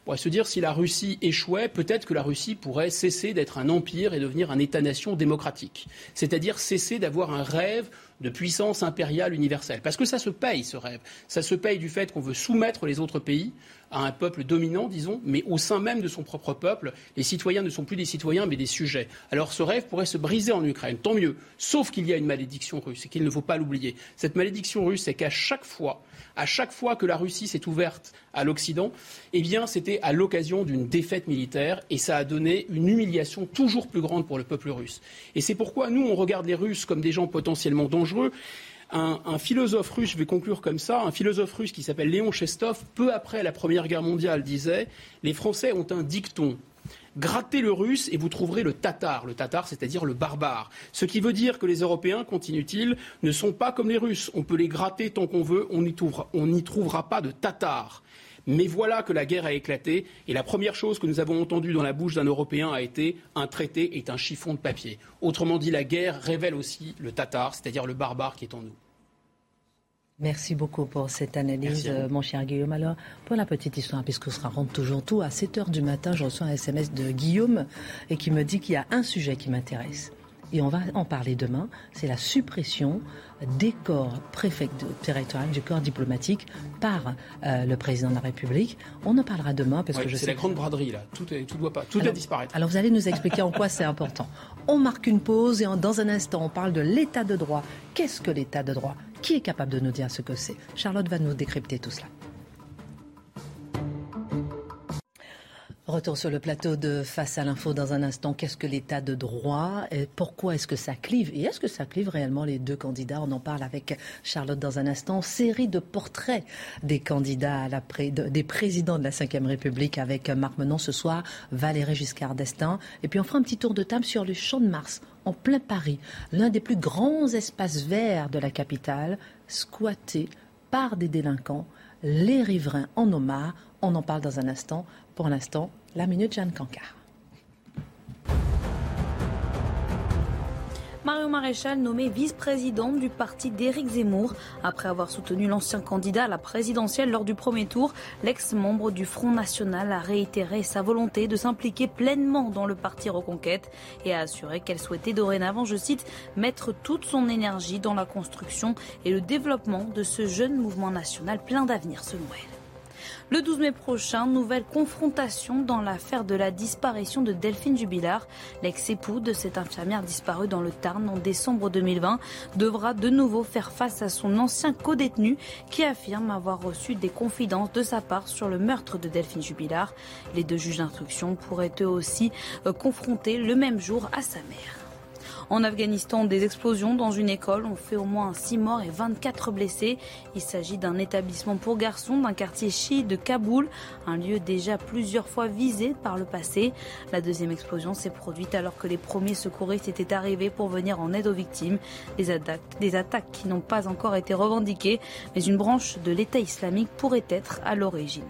On pourrait se dire, si la Russie échouait, peut-être que la Russie pourrait cesser d'être un empire et devenir un État-nation démocratique. C'est-à-dire cesser d'avoir un rêve de puissance impériale universelle. Parce que ça se paye, ce rêve. Ça se paye du fait qu'on veut soumettre les autres pays à un peuple dominant, disons, mais au sein même de son propre peuple, les citoyens ne sont plus des citoyens, mais des sujets. Alors ce rêve pourrait se briser en Ukraine, tant mieux. Sauf qu'il y a une malédiction russe, et qu'il ne faut pas l'oublier. Cette malédiction russe, c'est qu'à chaque fois, à chaque fois que la Russie s'est ouverte à l'Occident, eh bien, c'était à l'occasion d'une défaite militaire, et ça a donné une humiliation toujours plus grande pour le peuple russe. Et c'est pourquoi nous, on regarde les Russes comme des gens potentiellement dangereux. Un, un philosophe russe, je vais conclure comme ça, un philosophe russe qui s'appelle Léon Chestov, peu après la Première Guerre mondiale, disait « Les Français ont un dicton. Grattez le russe et vous trouverez le tatar. » Le tatar, c'est-à-dire le barbare. Ce qui veut dire que les Européens, continue-t-il, ne sont pas comme les Russes. On peut les gratter tant qu'on veut, on n'y trouvera, on n'y trouvera pas de tatar. Mais voilà que la guerre a éclaté et la première chose que nous avons entendue dans la bouche d'un Européen a été « un traité est un chiffon de papier ». Autrement dit, la guerre révèle aussi le tatar, c'est-à-dire le barbare qui est en nous. Merci beaucoup pour cette analyse, mon cher Guillaume. Alors, pour la petite histoire, puisque ça raconte toujours tout, à sept heures du matin, je reçois un S M S de Guillaume et qui me dit qu'il y a un sujet qui m'intéresse. Et on va en parler demain, c'est la suppression des corps préfectoraux, du corps diplomatique par euh, le président de la République. On en parlera demain parce ouais, que je c'est sais la grande braderie là, tout est, tout doit pas, tout alors, doit disparaître. Alors vous allez nous expliquer en quoi c'est important. On marque une pause et en, dans un instant on parle de l'état de droit. Qu'est-ce que l'état de droit ? Qui est capable de nous dire ce que c'est ? Charlotte va nous décrypter tout cela. Retour sur le plateau de Face à l'info dans un instant. Qu'est-ce que l'état de droit ? Et pourquoi est-ce que ça clive ? Et est-ce que ça clive réellement les deux candidats ? On en parle avec Charlotte dans un instant. Série de portraits des candidats, à la pré... des présidents de la cinquième République avec Marc Menon ce soir, Valéry Giscard d'Estaing. Et puis on fera un petit tour de table sur le Champ de Mars, en plein Paris. L'un des plus grands espaces verts de la capitale, squatté par des délinquants. Les riverains en ont marre. On en parle dans un instant. Pour l'instant, la Minute Jeanne Cancard. Marion Maréchal, nommée vice-présidente du parti d'Éric Zemmour. Après avoir soutenu l'ancien candidat à la présidentielle lors du premier tour, l'ex-membre du Front National a réitéré sa volonté de s'impliquer pleinement dans le parti Reconquête et a assuré qu'elle souhaitait dorénavant, je cite, mettre toute son énergie dans la construction et le développement de ce jeune mouvement national plein d'avenir selon elle. Le douze mai prochain, nouvelle confrontation dans l'affaire de la disparition de Delphine Jubilard. L'ex-époux de cette infirmière disparue dans le Tarn en décembre deux mille vingt devra de nouveau faire face à son ancien codétenu qui affirme avoir reçu des confidences de sa part sur le meurtre de Delphine Jubilard. Les deux juges d'instruction pourraient eux aussi confronter le même jour à sa mère. En Afghanistan, des explosions dans une école ont fait au moins six morts et vingt-quatre blessés. Il s'agit d'un établissement pour garçons d'un quartier chiite de Kaboul, un lieu déjà plusieurs fois visé par le passé. La deuxième explosion s'est produite alors que les premiers secouristes étaient arrivés pour venir en aide aux victimes. Des attaques, des attaques qui n'ont pas encore été revendiquées, mais une branche de l'État islamique pourrait être à l'origine.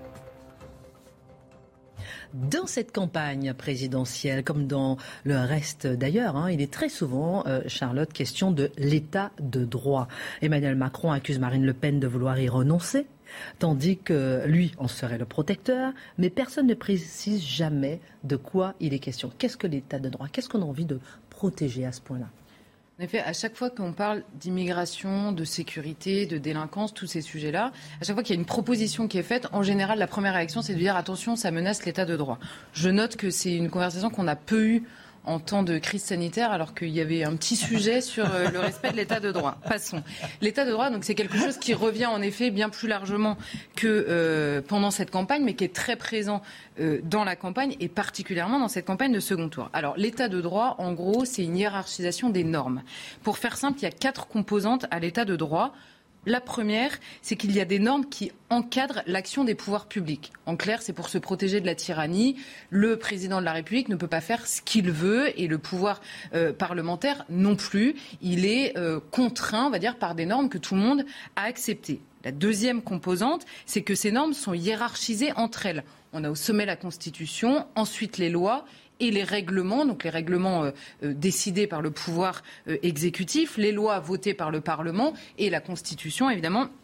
Dans cette campagne présidentielle, comme dans le reste d'ailleurs, hein, il est très souvent, euh, Charlotte, question de l'état de droit. Emmanuel Macron accuse Marine Le Pen de vouloir y renoncer, tandis que lui en serait le protecteur, mais personne ne précise jamais de quoi il est question. Qu'est-ce que l'état de droit ? Qu'est-ce qu'on a envie de protéger à ce point-là ? En effet, à chaque fois qu'on parle d'immigration, de sécurité, de délinquance, tous ces sujets-là, à chaque fois qu'il y a une proposition qui est faite, en général, la première réaction, c'est de dire attention, ça menace l'état de droit. Je note que c'est une conversation qu'on a peu eue en temps de crise sanitaire, alors qu'il y avait un petit sujet sur euh, le respect de l'état de droit. Passons. L'état de droit, donc, c'est quelque chose qui revient en effet bien plus largement que euh, pendant cette campagne, mais qui est très présent euh, dans la campagne et particulièrement dans cette campagne de second tour. Alors, l'état de droit, en gros, c'est une hiérarchisation des normes. Pour faire simple, il y a quatre composantes à l'état de droit. La première, c'est qu'il y a des normes qui encadrent l'action des pouvoirs publics. En clair, c'est pour se protéger de la tyrannie. Le président de la République ne peut pas faire ce qu'il veut et le pouvoir euh, parlementaire non plus. Il est euh, contraint, on va dire, par des normes que tout le monde a acceptées. La deuxième composante, c'est que ces normes sont hiérarchisées entre elles. On a au sommet la Constitution, ensuite les lois et les règlements, donc les règlements euh, euh, décidés par le pouvoir euh, exécutif, les lois votées par le Parlement et la Constitution, évidemment,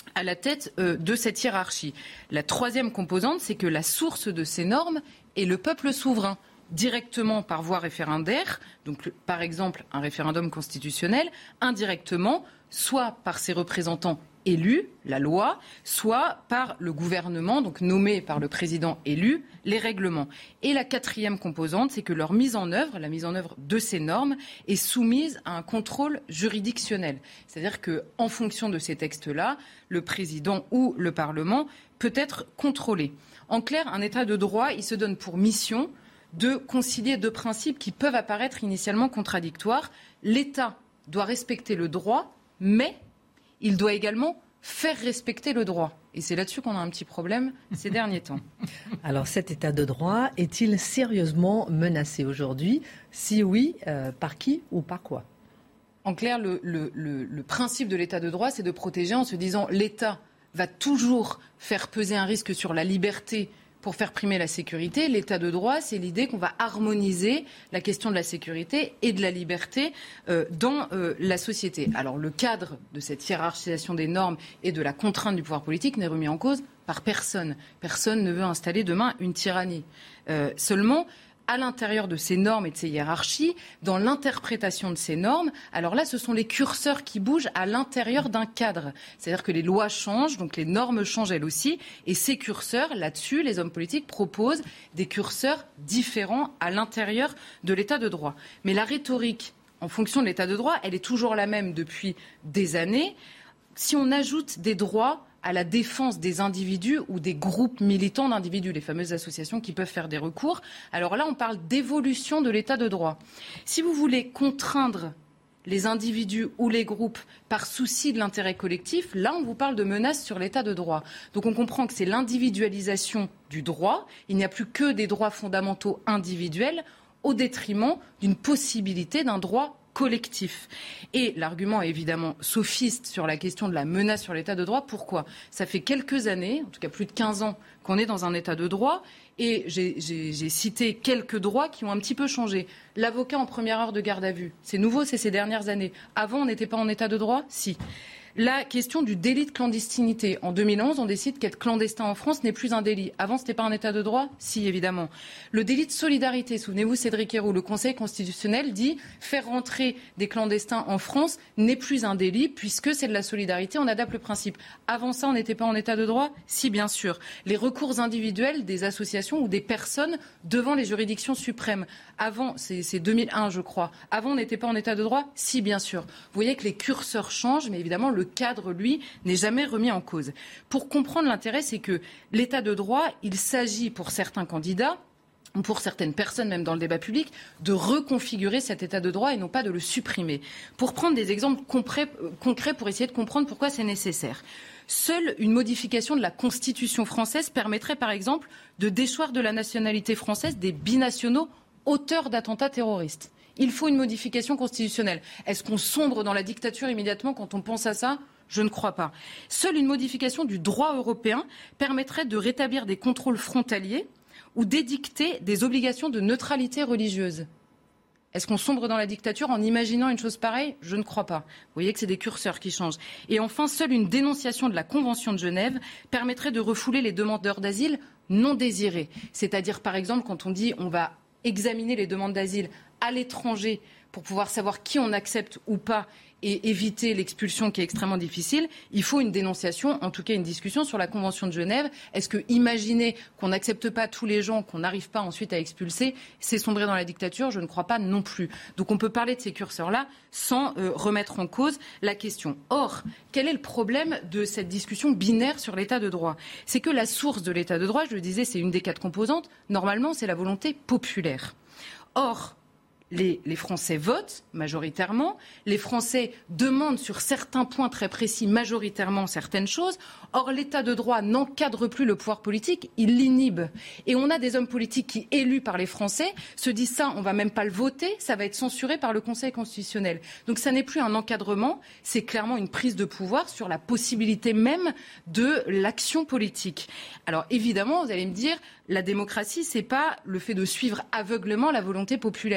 à la tête euh, de cette hiérarchie. La troisième composante, c'est que la source de ces normes est le peuple souverain, directement par voie référendaire, donc par exemple un référendum constitutionnel, indirectement, soit par ses représentants élus, la loi, soit par le gouvernement, donc nommé par le président élu, les règlements. Et la quatrième composante, c'est que leur mise en œuvre, la mise en œuvre de ces normes, est soumise à un contrôle juridictionnel. C'est-à-dire qu'en fonction de ces textes-là, le président ou le Parlement peut être contrôlé. En clair, un État de droit, il se donne pour mission de concilier deux principes qui peuvent apparaître initialement contradictoires. L'État doit respecter le droit, mais il doit également faire respecter le droit. Et c'est là-dessus qu'on a un petit problème ces derniers temps. Alors cet état de droit est-il sérieusement menacé aujourd'hui ? Si oui, euh, par qui ou par quoi ? En clair, le, le, le, le principe de l'état de droit, c'est de protéger en se disant l'État va toujours faire peser un risque sur la liberté pour faire primer la sécurité. L'état de droit, c'est l'idée qu'on va harmoniser la question de la sécurité et de la liberté euh, dans euh, la société. Alors le cadre de cette hiérarchisation des normes et de la contrainte du pouvoir politique n'est remis en cause par personne. Personne ne veut installer demain une tyrannie. Euh, seulement, à l'intérieur de ces normes et de ces hiérarchies, dans l'interprétation de ces normes, alors là, ce sont les curseurs qui bougent à l'intérieur d'un cadre. C'est-à-dire que les lois changent, donc les normes changent elles aussi, et ces curseurs, là-dessus, les hommes politiques proposent des curseurs différents à l'intérieur de l'état de droit. Mais la rhétorique, en fonction de l'état de droit, elle est toujours la même depuis des années. Si on ajoute des droits à la défense des individus ou des groupes militants d'individus, les fameuses associations qui peuvent faire des recours. Alors là, on parle d'évolution de l'état de droit. Si vous voulez contraindre les individus ou les groupes par souci de l'intérêt collectif, là, on vous parle de menaces sur l'état de droit. Donc on comprend que c'est l'individualisation du droit. Il n'y a plus que des droits fondamentaux individuels au détriment d'une possibilité d'un droit collectif. Et l'argument est évidemment sophiste sur la question de la menace sur l'état de droit. Pourquoi ? Ça fait quelques années, en tout cas plus de quinze ans, qu'on est dans un état de droit et j'ai, j'ai, j'ai cité quelques droits qui ont un petit peu changé. L'avocat en première heure de garde à vue, c'est nouveau, c'est ces dernières années. Avant, on n'était pas en état de droit ? Si. La question du délit de clandestinité. En deux mille onze, on décide qu'être clandestin en France n'est plus un délit. Avant, ce n'était pas un état de droit ? Si, évidemment. Le délit de solidarité, souvenez-vous, Cédric Herrou, le Conseil constitutionnel dit faire rentrer des clandestins en France n'est plus un délit puisque c'est de la solidarité, on adapte le principe. Avant ça, on n'était pas en état de droit ? Si, bien sûr. Les recours individuels des associations ou des personnes devant les juridictions suprêmes. Avant, c'est, c'est deux mille un, je crois. Avant, on n'était pas en état de droit ? Si, bien sûr. Vous voyez que les curseurs changent, mais évidemment, le Le cadre, lui, n'est jamais remis en cause. Pour comprendre l'intérêt, c'est que l'état de droit, il s'agit pour certains candidats, ou pour certaines personnes, même dans le débat public, de reconfigurer cet état de droit et non pas de le supprimer. Pour prendre des exemples concrets, concrets pour essayer de comprendre pourquoi c'est nécessaire. Seule une modification de la Constitution française permettrait, par exemple, de déchoir de la nationalité française des binationaux auteurs d'attentats terroristes. Il faut une modification constitutionnelle. Est-ce qu'on sombre dans la dictature immédiatement quand on pense à ça ? Je ne crois pas. Seule une modification du droit européen permettrait de rétablir des contrôles frontaliers ou d'édicter des obligations de neutralité religieuse. Est-ce qu'on sombre dans la dictature en imaginant une chose pareille ? Je ne crois pas. Vous voyez que c'est des curseurs qui changent. Et enfin, seule une dénonciation de la Convention de Genève permettrait de refouler les demandeurs d'asile non désirés. C'est-à-dire, par exemple, quand on dit on va examiner les demandes d'asile à l'étranger pour pouvoir savoir qui on accepte ou pas et éviter l'expulsion qui est extrêmement difficile, il faut une dénonciation, en tout cas une discussion sur la Convention de Genève. Est-ce que imaginer qu'on n'accepte pas tous les gens, qu'on n'arrive pas ensuite à expulser, c'est sombrer dans la dictature ? Je ne crois pas non plus. Donc on peut parler de ces curseurs-là sans euh, remettre en cause la question. Or, quel est le problème de cette discussion binaire sur l'état de droit ? C'est que la source de l'état de droit, je le disais, c'est une des quatre composantes. Normalement, c'est la volonté populaire. Or, Les, les Français votent majoritairement, les Français demandent sur certains points très précis majoritairement certaines choses. Or, l'état de droit n'encadre plus le pouvoir politique, il l'inhibe. Et on a des hommes politiques qui, élus par les Français, se disent ça, on va même pas le voter, ça va être censuré par le Conseil constitutionnel. Donc ça n'est plus un encadrement, c'est clairement une prise de pouvoir sur la possibilité même de l'action politique. Alors évidemment, vous allez me dire, la démocratie, c'est pas le fait de suivre aveuglément la volonté populaire.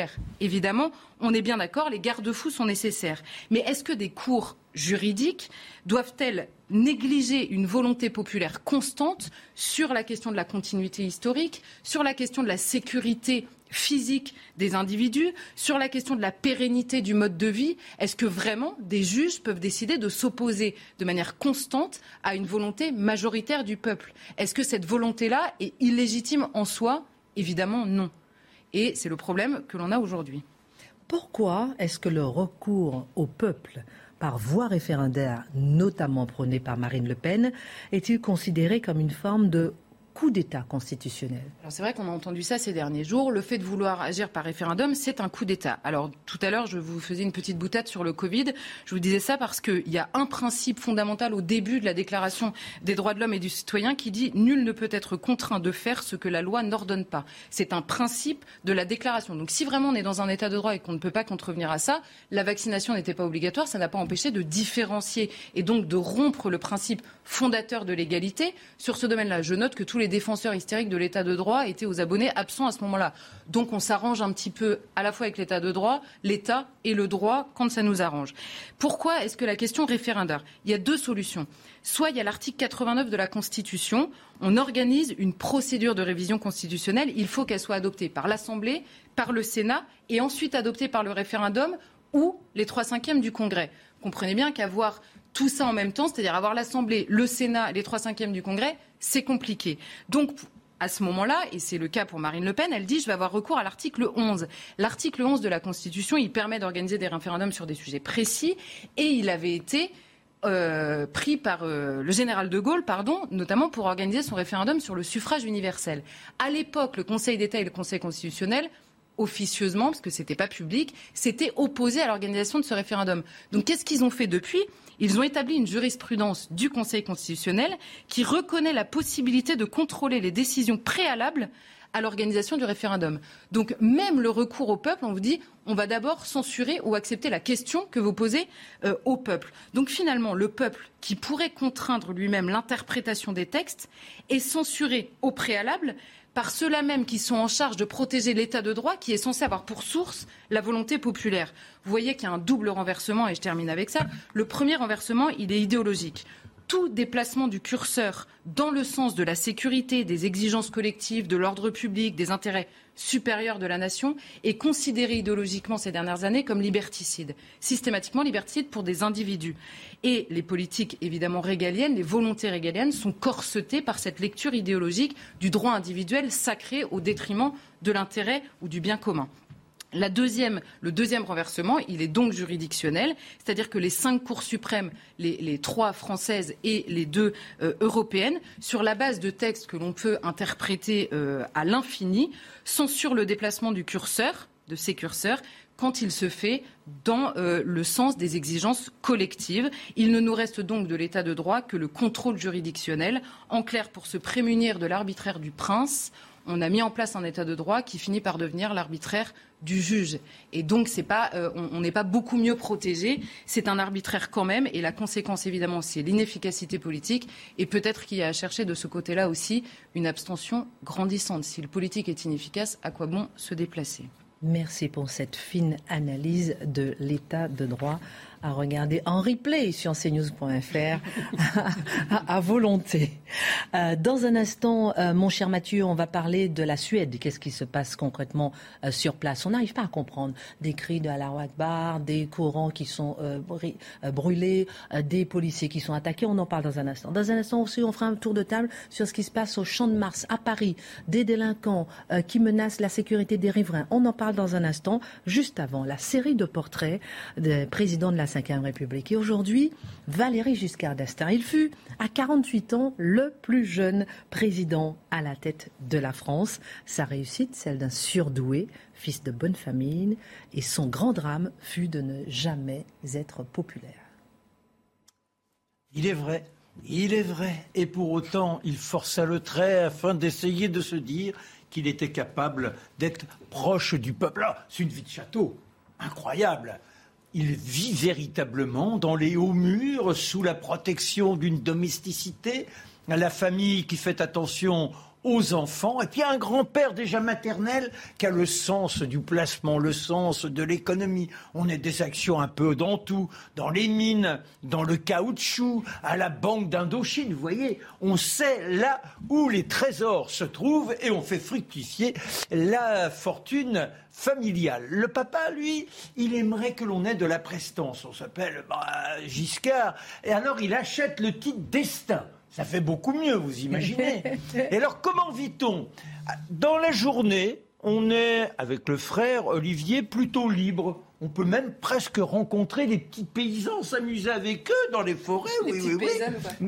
évidemment, on est bien d'accord, les garde-fous sont nécessaires. Mais est-ce que des cours juridiques doivent-elles négliger une volonté populaire constante sur la question de la continuité historique, sur la question de la sécurité physique des individus, sur la question de la pérennité du mode de vie? Est-ce que vraiment des juges peuvent décider de s'opposer de manière constante à une volonté majoritaire du peuple? Est-ce que cette volonté-là est illégitime en soi? Évidemment non. Et c'est le problème que l'on a aujourd'hui. Pourquoi est-ce que le recours au peuple par voie référendaire, notamment prôné par Marine Le Pen, est-il considéré comme une forme de coup d'État constitutionnel? Alors c'est vrai qu'on a entendu ça ces derniers jours. Le fait de vouloir agir par référendum, c'est un coup d'État. Alors tout à l'heure, je vous faisais une petite boutade sur le Covid. Je vous disais ça parce qu'il y a un principe fondamental au début de la Déclaration des droits de l'homme et du citoyen qui dit « Nul ne peut être contraint de faire ce que la loi n'ordonne pas ». C'est un principe de la Déclaration. Donc si vraiment on est dans un état de droit et qu'on ne peut pas contrevenir à ça, la vaccination n'était pas obligatoire, ça n'a pas empêché de différencier et donc de rompre le principe fondateur de l'égalité. Sur ce domaine-là, je note que tous les défenseurs hystériques de l'état de droit étaient aux abonnés absents à ce moment-là. Donc on s'arrange un petit peu à la fois avec l'état de droit, l'état et le droit quand ça nous arrange. Pourquoi est-ce que la question référendaire? Il y a deux solutions. Soit il y a l'article quatre-vingt-neuf de la Constitution, on organise une procédure de révision constitutionnelle, il faut qu'elle soit adoptée par l'Assemblée, par le Sénat et ensuite adoptée par le référendum ou les trois cinquièmes du Congrès. Comprenez bien qu'avoir tout ça en même temps, c'est-à-dire avoir l'Assemblée, le Sénat, les trois cinquièmes du Congrès, c'est compliqué. Donc, à ce moment-là, et c'est le cas pour Marine Le Pen, elle dit « je vais avoir recours à l'article onze ». L'article onze de la Constitution, il permet d'organiser des référendums sur des sujets précis et il avait été euh, pris par euh, le général de Gaulle, pardon, notamment pour organiser son référendum sur le suffrage universel. À l'époque, le Conseil d'État et le Conseil constitutionnel officieusement, parce que ce n'était pas public, s'étaient opposés à l'organisation de ce référendum. Donc qu'est-ce qu'ils ont fait depuis ? Ils ont établi une jurisprudence du Conseil constitutionnel qui reconnaît la possibilité de contrôler les décisions préalables à l'organisation du référendum. Donc même le recours au peuple, on vous dit, on va d'abord censurer ou accepter la question que vous posez euh, au peuple. Donc finalement, le peuple qui pourrait contraindre lui-même l'interprétation des textes est censuré au préalable par ceux-là même qui sont en charge de protéger l'état de droit qui est censé avoir pour source la volonté populaire. Vous voyez qu'il y a un double renversement et je termine avec ça. Le premier renversement, il est idéologique. Tout déplacement du curseur dans le sens de la sécurité, des exigences collectives, de l'ordre public, des intérêts supérieurs de la nation est considéré idéologiquement ces dernières années comme liberticide, systématiquement liberticide pour des individus. Et les politiques évidemment régaliennes, les volontés régaliennes sont corsetées par cette lecture idéologique du droit individuel sacré au détriment de l'intérêt ou du bien commun. La deuxième, le deuxième renversement, il est donc juridictionnel, c'est-à-dire que les cinq cours suprêmes, les, les trois françaises et les deux euh, européennes, sur la base de textes que l'on peut interpréter euh, à l'infini, censurent le déplacement du curseur, de ces curseurs, quand il se fait dans euh, le sens des exigences collectives. Il ne nous reste donc de l'état de droit que le contrôle juridictionnel. En clair, pour se prémunir de l'arbitraire du prince, on a mis en place un état de droit qui finit par devenir l'arbitraire du juge. Et donc, c'est pas, euh, on n'est pas beaucoup mieux protégé. C'est un arbitraire quand même. Et la conséquence, évidemment, c'est l'inefficacité politique. Et peut-être qu'il y a à chercher de ce côté-là aussi une abstention grandissante. Si le politique est inefficace, à quoi bon se déplacer ? Merci pour cette fine analyse de l'état de droit à regarder en replay sur c news point f r à, à volonté. Euh, dans un instant, euh, mon cher Mathieu, on va parler de la Suède. Qu'est-ce qui se passe concrètement euh, sur place? On n'arrive pas à comprendre. Des cris de Allahu Akbar, des Corans qui sont euh, brûlés, euh, des policiers qui sont attaqués. On en parle dans un instant. Dans un instant aussi, on fera un tour de table sur ce qui se passe au Champ de Mars, à Paris. Des délinquants euh, qui menacent la sécurité des riverains. On en parle dans un instant. Juste avant, la série de portraits des présidents de la cinquième République. Et aujourd'hui, Valéry Giscard d'Estaing. Il fut, à quarante-huit ans, le plus jeune président à la tête de la France. Sa réussite, celle d'un surdoué, fils de bonne famille, et son grand drame fut de ne jamais être populaire. Il est vrai, il est vrai. Et pour autant, il força le trait afin d'essayer de se dire qu'il était capable d'être proche du peuple. Là, c'est une vie de château incroyable. Il vit véritablement dans les hauts murs, sous la protection d'une domesticité, la famille qui fait attention aux enfants. Et puis un grand-père déjà maternel qui a le sens du placement, le sens de l'économie. On a des actions un peu dans tout, dans les mines, dans le caoutchouc, à la Banque d'Indochine. Vous voyez, on sait là où les trésors se trouvent et on fait fructifier la fortune familiale. Le papa, lui, il aimerait que l'on ait de la prestance. On s'appelle bah, Giscard. Et alors, il achète le titre Destin. Ça fait beaucoup mieux, vous imaginez. Et alors, comment vit-on ? Dans la journée, on est, avec le frère Olivier, plutôt libre. On peut même presque rencontrer les petits paysans, s'amuser avec eux dans les forêts. Les oui, petits oui, paysans, oui.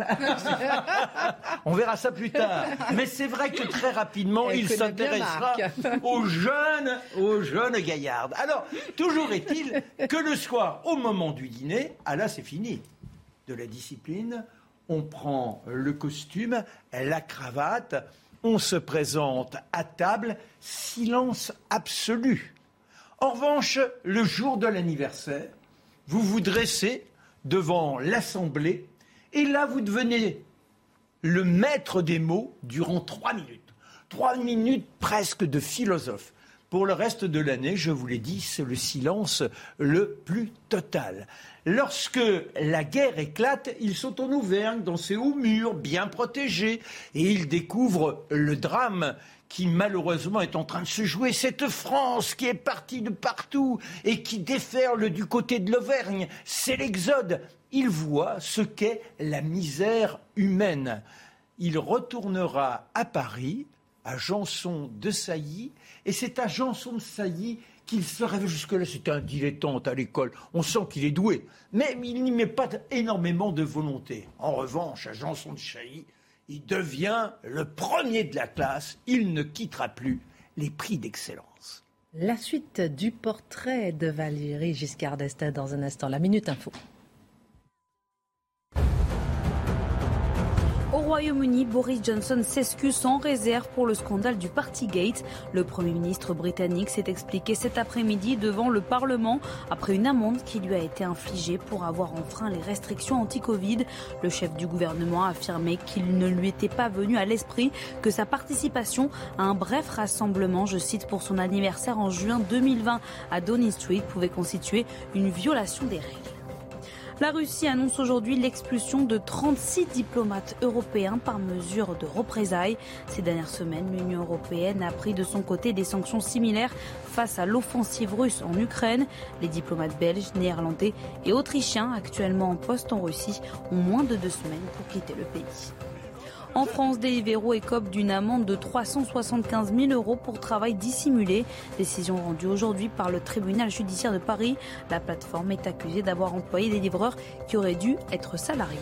On verra ça plus tard. Mais c'est vrai que très rapidement, Elle il connaît bien s'intéressera aux jeunes, aux jeunes gaillardes. Alors, toujours est-il que le soir, au moment du dîner, ah là, c'est fini. De la discipline, on prend le costume, la cravate, on se présente à table, silence absolu. En revanche, le jour de l'anniversaire, vous vous dressez devant l'Assemblée et là, vous devenez le maître des mots durant trois minutes. Trois minutes presque de philosophe. Pour le reste de l'année, je vous l'ai dit, c'est le silence le plus total. Lorsque la guerre éclate, ils sont en Auvergne, dans ces hauts murs, bien protégés, et ils découvrent le drame qui malheureusement est en train de se jouer. Cette France qui est partie de partout et qui déferle du côté de l'Auvergne, c'est l'exode. Il voit ce qu'est la misère humaine. Il retournera à Paris, à Janson de Sailly, et c'est à Janson de Sailly qu'il se rêve jusque-là. C'était un dilettante à l'école. On sent qu'il est doué, mais il n'y met pas énormément de volonté. En revanche, à Janson de Sailly, il devient le premier de la classe. Il ne quittera plus les prix d'excellence. La suite du portrait de Valéry Giscard d'Estaing dans un instant. La Minute Info. Au Royaume-Uni, Boris Johnson s'excuse sans réserve pour le scandale du Partygate. Le Premier ministre britannique s'est expliqué cet après-midi devant le Parlement après une amende qui lui a été infligée pour avoir enfreint les restrictions anti-Covid. Le chef du gouvernement a affirmé qu'il ne lui était pas venu à l'esprit que sa participation à un bref rassemblement, je cite, pour son anniversaire en juin deux mille vingt à Downing Street pouvait constituer une violation des règles. La Russie annonce aujourd'hui l'expulsion de trente-six diplomates européens par mesure de représailles. Ces dernières semaines, l'Union européenne a pris de son côté des sanctions similaires face à l'offensive russe en Ukraine. Les diplomates belges, néerlandais et autrichiens actuellement en poste en Russie ont moins de deux semaines pour quitter le pays. En France, Deliveroo écope d'une amende de trois cent soixante-quinze mille euros pour travail dissimulé. Décision rendue aujourd'hui par le tribunal judiciaire de Paris. La plateforme est accusée d'avoir employé des livreurs qui auraient dû être salariés.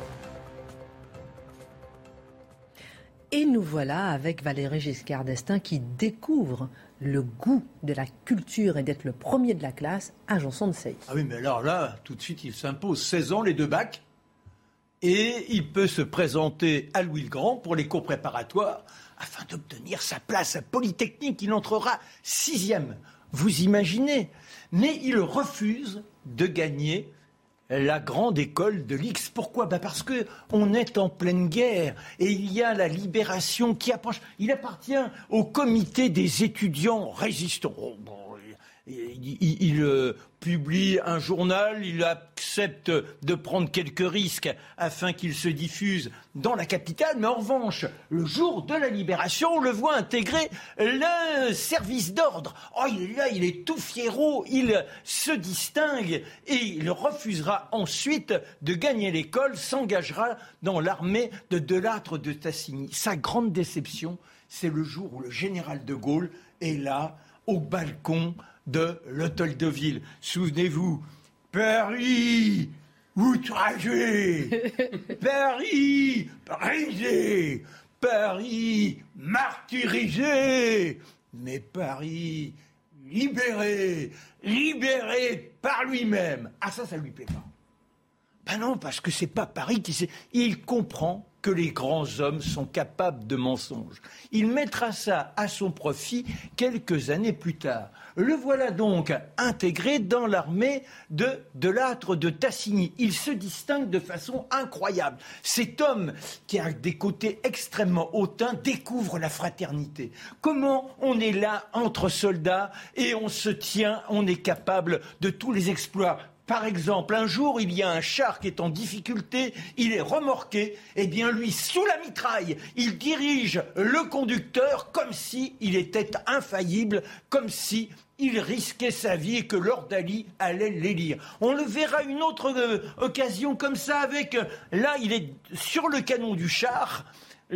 Et nous voilà avec Valéry Giscard d'Estaing qui découvre le goût de la culture et d'être le premier de la classe à Janson de Sailly. Ah oui, mais alors là, tout de suite, il s'impose. seize ans, les deux bacs. Et il peut se présenter à Louis le Grand pour les cours préparatoires afin d'obtenir sa place à Polytechnique. Il entrera sixième. Vous imaginez ? Mais il refuse de gagner la grande école de l'X. Pourquoi ? Ben parce qu'on est en pleine guerre et il y a la libération qui approche. Il appartient au comité des étudiants résistants. Oh, bon, il, il, il euh, publie un journal, il accepte de prendre quelques risques afin qu'il se diffuse dans la capitale, mais en revanche, le jour de la libération, on le voit intégrer le service d'ordre. Oh, il est là, il est tout fiero, il se distingue et il refusera ensuite de gagner l'école, s'engagera dans l'armée de Delattre de Tassigny. Sa grande déception, c'est le jour où le général de Gaulle est là, au balcon de l'hôtel de ville. Souvenez-vous, Paris, outragé, Paris, brisé, Paris, martyrisé, mais Paris, libéré, libéré par lui-même. Ah ça, ça lui plaît pas. Ben non, parce que c'est pas Paris qui sait. Il comprend que les grands hommes sont capables de mensonges. Il mettra ça à son profit quelques années plus tard. Le voilà donc intégré dans l'armée de, de Lattre de Tassigny. Il se distingue de façon incroyable. Cet homme qui a des côtés extrêmement hautains découvre la fraternité. Comment on est là entre soldats et on se tient, on est capable de tous les exploits. Par exemple, un jour, il y a un char qui est en difficulté, il est remorqué, et bien lui, sous la mitraille, il dirige le conducteur comme s'il était infaillible, comme si il risquait sa vie et que Lord Ali allait l'élire. On le verra une autre euh, occasion comme ça avec, euh, là, il est sur le canon du char,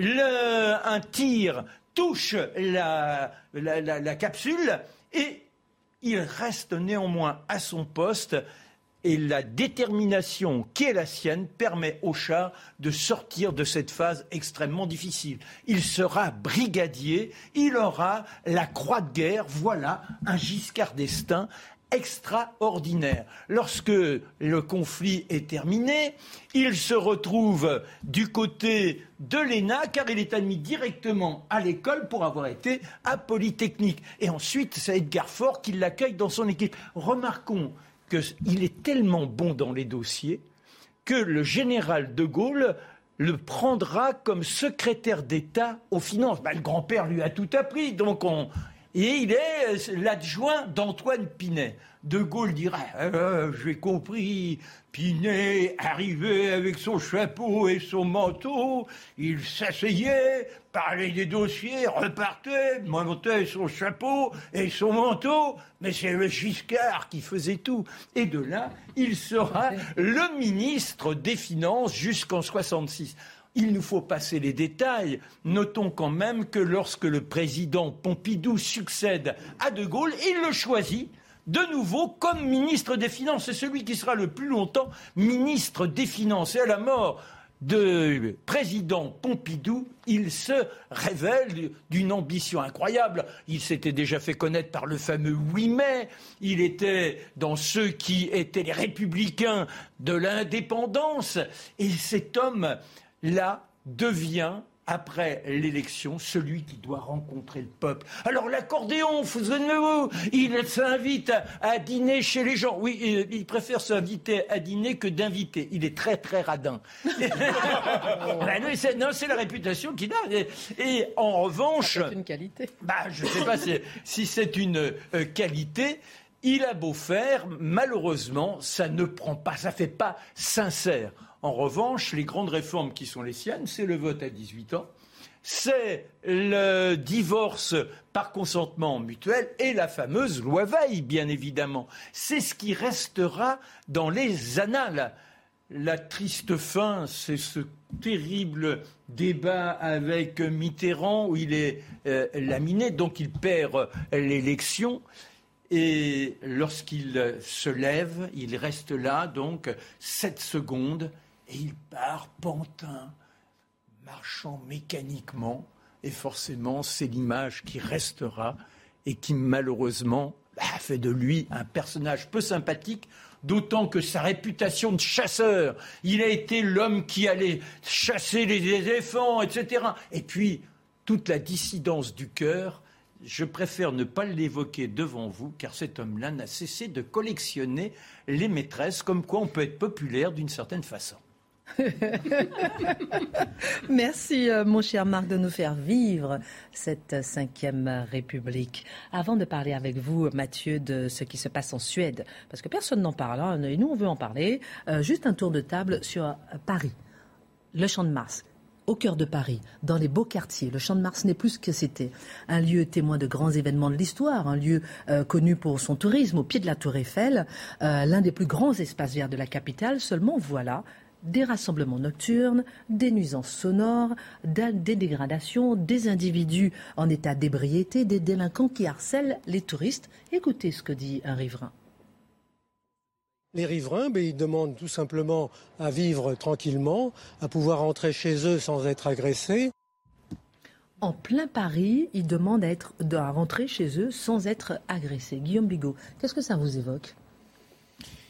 le, un tir touche la, la, la, la capsule et il reste néanmoins à son poste. Et la détermination qui est la sienne permet au char de sortir de cette phase extrêmement difficile. Il sera brigadier, il aura la croix de guerre, voilà un Giscard d'Estaing extraordinaire. Lorsque le conflit est terminé, il se retrouve du côté de l'E N A car il est admis directement à l'école pour avoir été à Polytechnique. Et ensuite, c'est Edgar Faure qui l'accueille dans son équipe. Remarquons qu'il est tellement bon dans les dossiers que le général de Gaulle le prendra comme secrétaire d'État aux finances. Ben, le grand-père lui a tout appris, donc on... et il est l'adjoint d'Antoine Pinet. De Gaulle dirait euh, « J'ai compris, Pinet arrivait avec son chapeau et son manteau, il s'asseyait, parlait des dossiers, repartait, montait son chapeau et son manteau, mais c'est le Giscard qui faisait tout. » Et de là, il sera le ministre des Finances jusqu'en soixante-six. Il nous faut passer les détails. Notons quand même que lorsque le président Pompidou succède à De Gaulle, il le choisit de nouveau comme ministre des Finances. C'est celui qui sera le plus longtemps ministre des Finances. Et à la mort du président Pompidou, il se révèle d'une ambition incroyable. Il s'était déjà fait connaître par le fameux huit mai. Il était dans ceux qui étaient les républicains de l'indépendance. Et cet homme-là devient, après l'élection, celui qui doit rencontrer le peuple. Alors l'accordéon, souvenez-vous, il s'invite à, à dîner chez les gens. Oui, il, il préfère s'inviter à dîner que d'inviter. Il est très très radin. Ben non, c'est, non, c'est la réputation qu'il a. Et, et en revanche, c'est une qualité. Bah, je ne sais pas si, si c'est une euh, qualité. Il a beau faire, malheureusement, ça ne prend pas, ça fait pas sincère. En revanche, les grandes réformes qui sont les siennes, c'est le vote à dix-huit ans, c'est le divorce par consentement mutuel et la fameuse loi Veil, bien évidemment. C'est ce qui restera dans les annales. La triste fin, c'est ce terrible débat avec Mitterrand où il est euh, laminé, donc il perd l'élection. Et lorsqu'il se lève, il reste là, donc, sept secondes, et il part pantin, marchant mécaniquement. Et forcément, c'est l'image qui restera et qui, malheureusement, bah, fait de lui un personnage peu sympathique, d'autant que sa réputation de chasseur, il a été l'homme qui allait chasser les éléphants, et cetera. Et puis, toute la dissidence du cœur, je préfère ne pas l'évoquer devant vous, car cet homme-là n'a cessé de collectionner les maîtresses, comme quoi on peut être populaire d'une certaine façon. Merci, mon cher Marc, de nous faire vivre cette cinquième République. Avant de parler avec vous, Mathieu, de ce qui se passe en Suède, parce que personne n'en parle, hein, et nous on veut en parler, euh, juste un tour de table sur Paris, le Champ de Mars. Au cœur de Paris, dans les beaux quartiers, le Champ de Mars n'est plus ce que c'était. Un lieu témoin de grands événements de l'histoire, un lieu euh, connu pour son tourisme au pied de la Tour Eiffel, euh, l'un des plus grands espaces verts de la capitale. Seulement, voilà, des rassemblements nocturnes, des nuisances sonores, des dégradations, des individus en état d'ébriété, des délinquants qui harcèlent les touristes. Écoutez ce que dit un riverain. Les riverains, ben, ils demandent tout simplement à vivre tranquillement, à pouvoir rentrer chez eux sans être agressés. En plein Paris, ils demandent à, être, à rentrer chez eux sans être agressés. Guillaume Bigot, qu'est-ce que ça vous évoque ?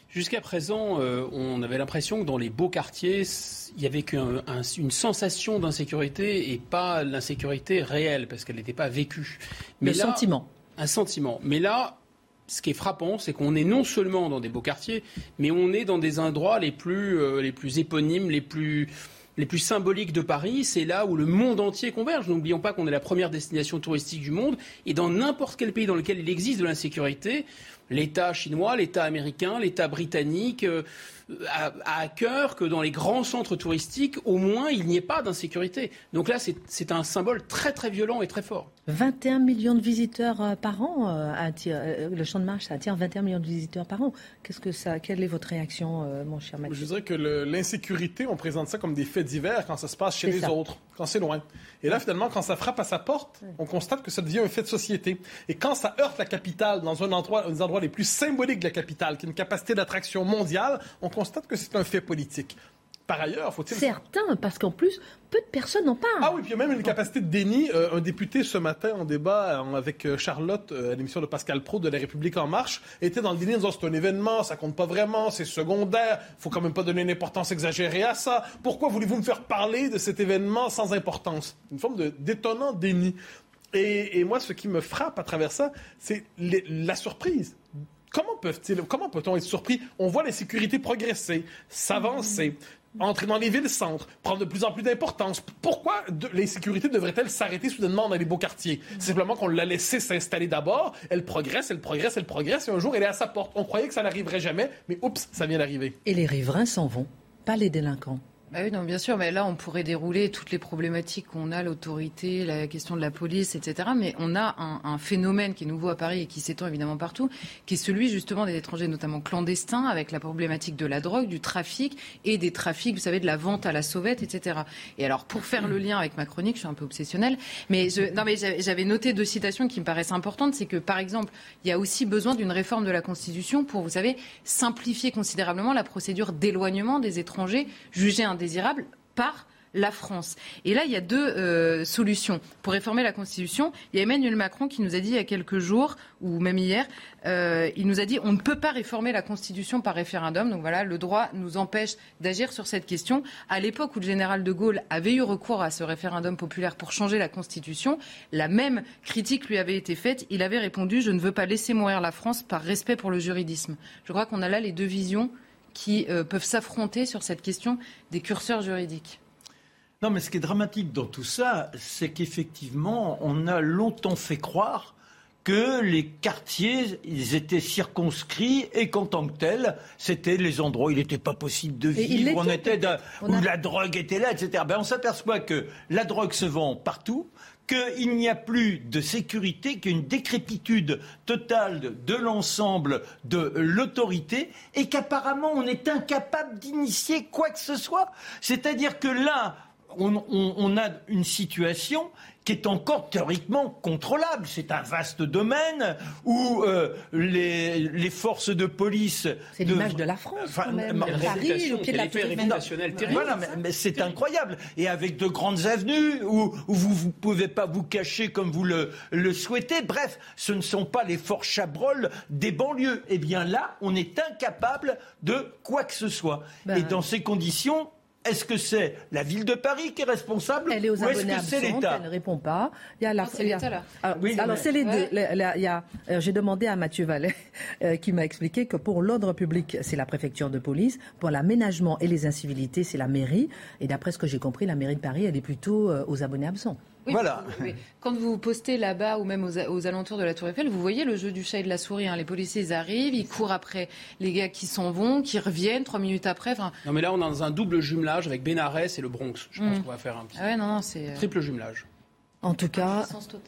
Jusqu'à présent, euh, on avait l'impression que dans les beaux quartiers, il y avait qu'une un, sensation d'insécurité et pas l'insécurité réelle, parce qu'elle n'était pas vécue. Mais Le là, sentiment. Un sentiment. Mais là, ce qui est frappant, c'est qu'on est non seulement dans des beaux quartiers, mais on est dans des endroits les plus, euh, les plus éponymes, les plus... les plus symboliques de Paris, c'est là où le monde entier converge. N'oublions pas qu'on est la première destination touristique du monde, et dans n'importe quel pays dans lequel il existe de l'insécurité, l'État chinois, l'État américain, l'État britannique euh, a, a à cœur que dans les grands centres touristiques, au moins, il n'y ait pas d'insécurité. Donc là, c'est, c'est un symbole très très violent et très fort. vingt et un millions de visiteurs euh, par an, euh, attire, euh, le Champ de Mars, ça attire vingt et un millions de visiteurs par an. Qu'est-ce que ça, quelle est votre réaction, euh, mon cher Mathieu? Je dirais que le, l'insécurité, on présente ça comme des faits divers quand ça se passe chez c'est les ça. autres, quand c'est loin. Et là, finalement, quand ça frappe à sa porte, on constate que ça devient un fait de société. Et quand ça heurte la capitale, dans un endroit, un des endroits les plus symboliques de la capitale, qui a une capacité d'attraction mondiale, on constate que c'est un fait politique. Par ailleurs, faut-il... Certains, parce qu'en plus, peu de personnes en parlent. Ah oui, puis il y a même une capacité de déni. Euh, un député, ce matin, en débat euh, avec euh, Charlotte, euh, à l'émission de Pascal Praud de La République En Marche, était dans le déni en disant « c'est un événement, ça compte pas vraiment, c'est secondaire, faut quand même pas donner une importance exagérée à ça. Pourquoi voulez-vous me faire parler de cet événement sans importance ?» Une forme de, d'étonnant déni. Et, et moi, ce qui me frappe à travers ça, c'est les, la surprise. Comment peuvent-ils, comment peut-on être surpris? On voit l'insécurité progresser, s'avancer, entrer dans les villes-centres, prendre de plus en plus d'importance. Pourquoi de, l'insécurité devrait-elle s'arrêter soudainement dans les beaux quartiers? Simplement qu'on l'a laissée s'installer d'abord, elle progresse, elle progresse, elle progresse, et un jour, elle est à sa porte. On croyait que ça n'arriverait jamais, mais oups, ça vient d'arriver. Et les riverains s'en vont, pas les délinquants. Bah oui, non, bien sûr, mais là, on pourrait dérouler toutes les problématiques qu'on a, l'autorité, la question de la police, et cetera. Mais on a un, un phénomène qui est nouveau à Paris et qui s'étend évidemment partout, qui est celui justement des étrangers, notamment clandestins, avec la problématique de la drogue, du trafic et des trafics, vous savez, de la vente à la sauvette, et cetera. Et alors, pour faire le lien avec ma chronique, je suis un peu obsessionnelle, mais, je, non, mais j'avais noté deux citations qui me paraissent importantes. C'est que, par exemple, il y a aussi besoin d'une réforme de la Constitution pour, vous savez, simplifier considérablement la procédure d'éloignement des étrangers jugés indésirables par la France. Et là, il y a deux euh, solutions pour réformer la Constitution. Il y a Emmanuel Macron qui nous a dit il y a quelques jours, ou même hier, euh, il nous a dit on ne peut pas réformer la Constitution par référendum. Donc voilà, le droit nous empêche d'agir sur cette question. À l'époque où le général de Gaulle avait eu recours à ce référendum populaire pour changer la Constitution, la même critique lui avait été faite. Il avait répondu je ne veux pas laisser mourir la France par respect pour le juridisme. Je crois qu'on a là les deux visions qui euh, peuvent s'affronter sur cette question des curseurs juridiques. Non, mais ce qui est dramatique dans tout ça, c'est qu'effectivement, on a longtemps fait croire que les quartiers, ils étaient circonscrits et qu'en tant que tels, c'était les endroits où il n'était pas possible de vivre, on était de, on a... où la drogue était là, et cetera. Ben, on s'aperçoit que la drogue se vend partout, qu'il n'y a plus de sécurité, qu'il y a une décrépitude totale de, de l'ensemble de l'autorité et qu'apparemment on est incapable d'initier quoi que ce soit. C'est-à-dire que là, on, on, on a une situation qui est encore théoriquement contrôlable. C'est un vaste domaine où euh, les, les forces de police... C'est de... l'image de la France, enfin, quand même. Paris, au pied de la Tour Eiffel. Voilà, mais, mais c'est terrible. Incroyable. Et avec de grandes avenues où, où vous ne pouvez pas vous cacher comme vous le, le souhaitez. Bref, ce ne sont pas les forts chabrolles des banlieues. Eh bien là, on est incapable de quoi que ce soit. Ben, Et dans ces conditions... Est-ce que c'est la ville de Paris qui est responsable Elle est aux ou est-ce abonnés que c'est absents, l'État? Elle ne répond pas. Il y a la, non, c'est il y a, l'État là. Alors, oui, alors mais... c'est les ouais. deux. La, la, il y a, euh, j'ai demandé à Mathieu Vallet euh, qui m'a expliqué que pour l'ordre public, c'est la préfecture de police. Pour l'aménagement et les incivilités, c'est la mairie. Et d'après ce que j'ai compris, la mairie de Paris, elle est plutôt euh, aux abonnés absents. Oui, voilà. Oui. Quand vous postez là-bas ou même aux, aux alentours de la Tour Eiffel, vous voyez le jeu du chat et de la souris. Hein. Les policiers ils arrivent, ils courent après les gars qui s'en vont, qui reviennent trois minutes après. Fin... Non mais là on est dans un double jumelage avec Bénarès et le Bronx. Je pense mmh. qu'on va faire un petit ah ouais, non, non, c'est... triple jumelage. En tout cas,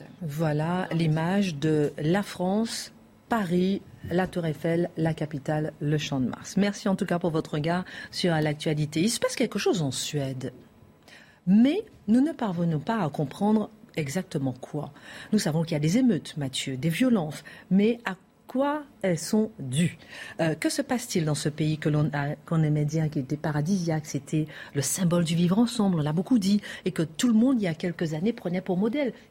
voilà l'image de la France, Paris, la Tour Eiffel, la capitale, le Champ de Mars. Merci en tout cas pour votre regard sur l'actualité. Il se passe quelque chose en Suède. Mais nous ne parvenons pas à comprendre exactement quoi. Nous savons qu'il y a des émeutes, Mathieu, des violences, mais à quoi elles sont dues? euh, Que se passe-t-il dans ce pays que l'on a, qu'on aimait dire qui était paradisiaque, c'était le symbole du vivre ensemble, on l'a beaucoup dit, et que tout le monde, il y a quelques années, prenait pour modèle?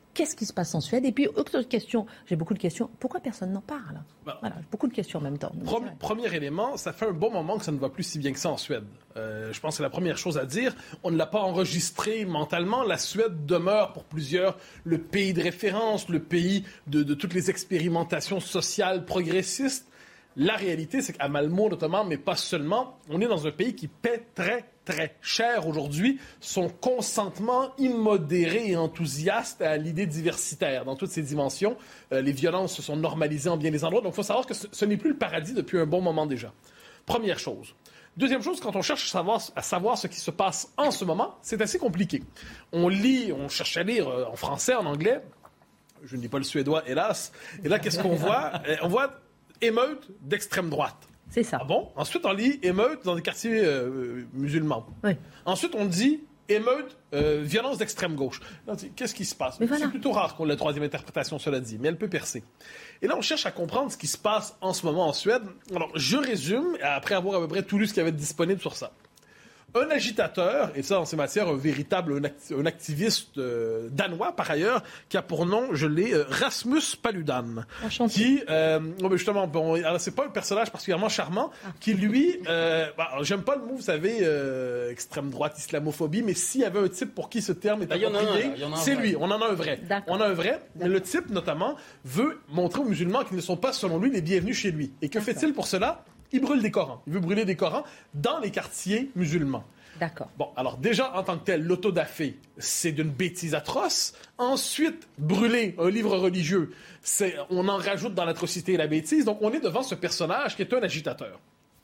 Qu'est-ce qui se passe en Suède? Et puis, autre question, j'ai beaucoup de questions. Pourquoi personne n'en parle? Ben, Voilà, beaucoup de questions en même temps. Premier, premier élément, ça fait un bon moment que ça ne va plus si bien que ça en Suède. Euh, je pense que c'est la première chose à dire. On ne l'a pas enregistré mentalement. La Suède demeure pour plusieurs le pays de référence, le pays de, de toutes les expérimentations sociales progressistes. La réalité, c'est qu'à Malmö notamment, mais pas seulement, on est dans un pays qui paie très, très cher aujourd'hui son consentement immodéré et enthousiaste à l'idée diversitaire dans toutes ses dimensions. Euh, les violences se sont normalisées en bien des endroits. Donc, il faut savoir que ce, ce n'est plus le paradis depuis un bon moment déjà. Première chose. Deuxième chose, quand on cherche à savoir, à savoir ce qui se passe en ce moment, c'est assez compliqué. On lit, on cherche à lire en français, en anglais. Je ne lis pas le suédois, hélas. Et là, qu'est-ce qu'on voit? On voit émeutes d'extrême droite. C'est ça. Ah bon? Ensuite, on lit émeutes dans des quartiers euh, musulmans. Oui. Ensuite, on dit émeutes, euh, violence d'extrême gauche. Là, on dit, qu'est-ce qui se passe? Mais C'est voilà. plutôt rare qu'on ait la troisième interprétation, cela dit, mais elle peut percer. Et là, on cherche à comprendre ce qui se passe en ce moment en Suède. Alors, je résume, après avoir à peu près tout lu ce qui avait été disponible sur ça. Un agitateur, et ça en ces matières, un véritable un, acti- un activiste euh, danois par ailleurs, qui a pour nom, je l'ai, euh, Rasmus Paludan. Enchanté. Qui, euh, oh, ben justement, bon, alors c'est pas un personnage particulièrement charmant, Ah. qui lui, euh, bah, j'aime pas le mot, vous savez, euh, extrême droite, islamophobie, mais s'il y avait un type pour qui ce terme est Ben, il y en a un, approprié, là, il y en a un c'est vrai. lui. On en a un vrai. D'accord. On a un vrai. Mais le type, notamment, veut montrer aux musulmans qu'ils ne sont pas, selon lui, les bienvenus chez lui. Et que fait-il pour cela? Il brûle des Corans. Il veut brûler des Corans dans les quartiers musulmans. D'accord. Bon, alors déjà, en tant que tel, l'autodafé, c'est d'une bêtise atroce. Ensuite, brûler un livre religieux, c'est, on en rajoute dans l'atrocité et la bêtise. Donc, on est devant ce personnage qui est un agitateur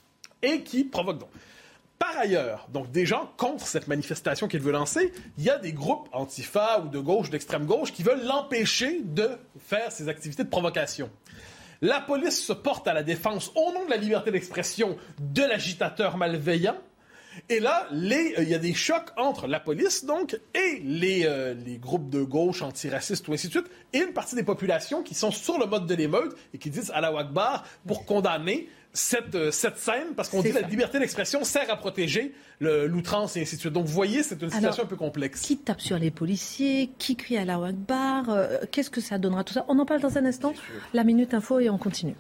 et qui provoque donc. Par ailleurs, donc des gens contre cette manifestation qu'il veut lancer, il y a des groupes antifa ou de gauche, d'extrême gauche, qui veulent l'empêcher de faire ses activités de provocation. La police se porte à la défense au nom de la liberté d'expression de l'agitateur malveillant. Et là, les, euh, il y a des chocs entre la police, donc, et les, euh, les groupes de gauche antiracistes ou ainsi de suite, et une partie des populations qui sont sur le mode de l'émeute et qui disent Allahu Akbar pour condamner cette, euh, cette scène, parce qu'on C'est dit ça. la liberté d'expression sert à protéger le, l'outrance et ainsi de suite. Donc, vous voyez, c'est une situation Alors, un peu complexe. Qui tape sur les policiers? Qui crie Allahu Akbar? euh, Qu'est-ce que ça donnera tout ça? On en parle dans un instant. La Minute Info et on continue.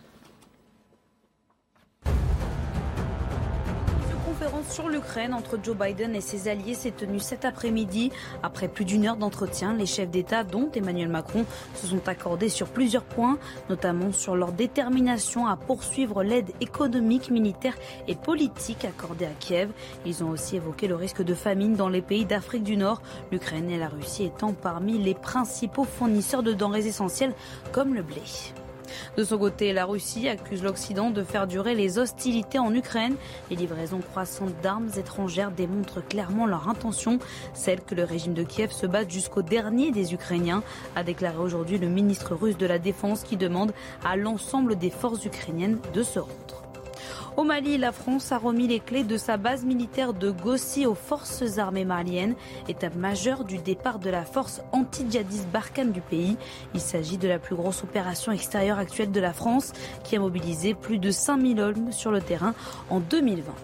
Conférence sur l'Ukraine entre Joe Biden et ses alliés s'est tenue cet après-midi. Après plus d'une heure d'entretien, les chefs d'État, dont Emmanuel Macron, se sont accordés sur plusieurs points, notamment sur leur détermination à poursuivre l'aide économique, militaire et politique accordée à Kiev. Ils ont aussi évoqué le risque de famine dans les pays d'Afrique du Nord, l'Ukraine et la Russie étant parmi les principaux fournisseurs de denrées essentielles comme le blé. De son côté, la Russie accuse l'Occident de faire durer les hostilités en Ukraine. Les livraisons croissantes d'armes étrangères démontrent clairement leur intention, celle que le régime de Kiev se batte jusqu'au dernier des Ukrainiens, a déclaré aujourd'hui le ministre russe de la Défense qui demande à l'ensemble des forces ukrainiennes de se rendre. Au Mali, la France a remis les clés de sa base militaire de Gossi aux forces armées maliennes, étape majeure du départ de la force anti-djihadiste Barkhane du pays. Il s'agit de la plus grosse opération extérieure actuelle de la France, qui a mobilisé plus de cinq mille hommes sur le terrain en deux mille vingt.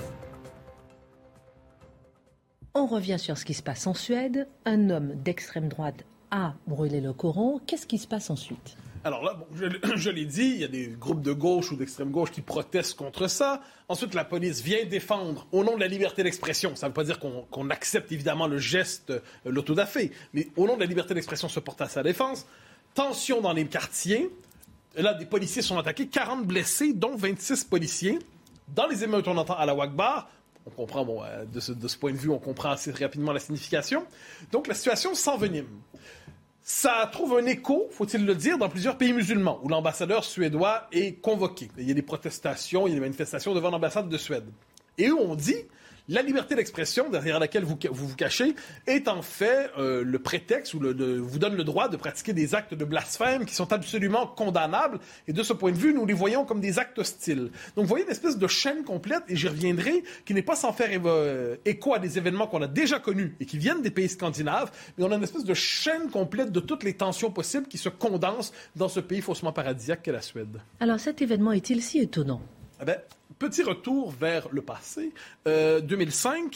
On revient sur ce qui se passe en Suède. Un homme d'extrême droite a brûlé le Coran. Qu'est-ce qui se passe ensuite? Alors là, bon, je, je l'ai dit, il y a des groupes de gauche ou d'extrême gauche qui protestent contre ça. Ensuite, la police vient défendre au nom de la liberté d'expression. Ça ne veut pas dire qu'on, qu'on accepte évidemment le geste, euh, l'autodafé, mais au nom de la liberté d'expression se porte à sa défense. Tension dans les quartiers. Là, des policiers sont attaqués, quarante blessés, dont vingt-six policiers. Dans les émeutes, on entend Allahu Akbar. On comprend, bon, euh, de, ce, de ce point de vue, on comprend assez rapidement la signification. Donc, la situation s'envenime. Ça trouve un écho, faut-il le dire, dans plusieurs pays musulmans, où l'ambassadeur suédois est convoqué. Il y a des protestations, il y a des manifestations devant l'ambassade de Suède. Et où on dit, la liberté d'expression, derrière laquelle vous vous, vous cachez, est en fait euh, le prétexte ou le, le, vous donne le droit de pratiquer des actes de blasphème qui sont absolument condamnables. Et de ce point de vue, nous les voyons comme des actes hostiles. Donc vous voyez une espèce de chaîne complète, et j'y reviendrai, qui n'est pas sans faire euh, écho à des événements qu'on a déjà connus et qui viennent des pays scandinaves, mais on a une espèce de chaîne complète de toutes les tensions possibles qui se condensent dans ce pays faussement paradisiaque qu'est la Suède. Alors cet événement est-il si étonnant? Eh bien, petit retour vers le passé. Euh, deux mille cinq,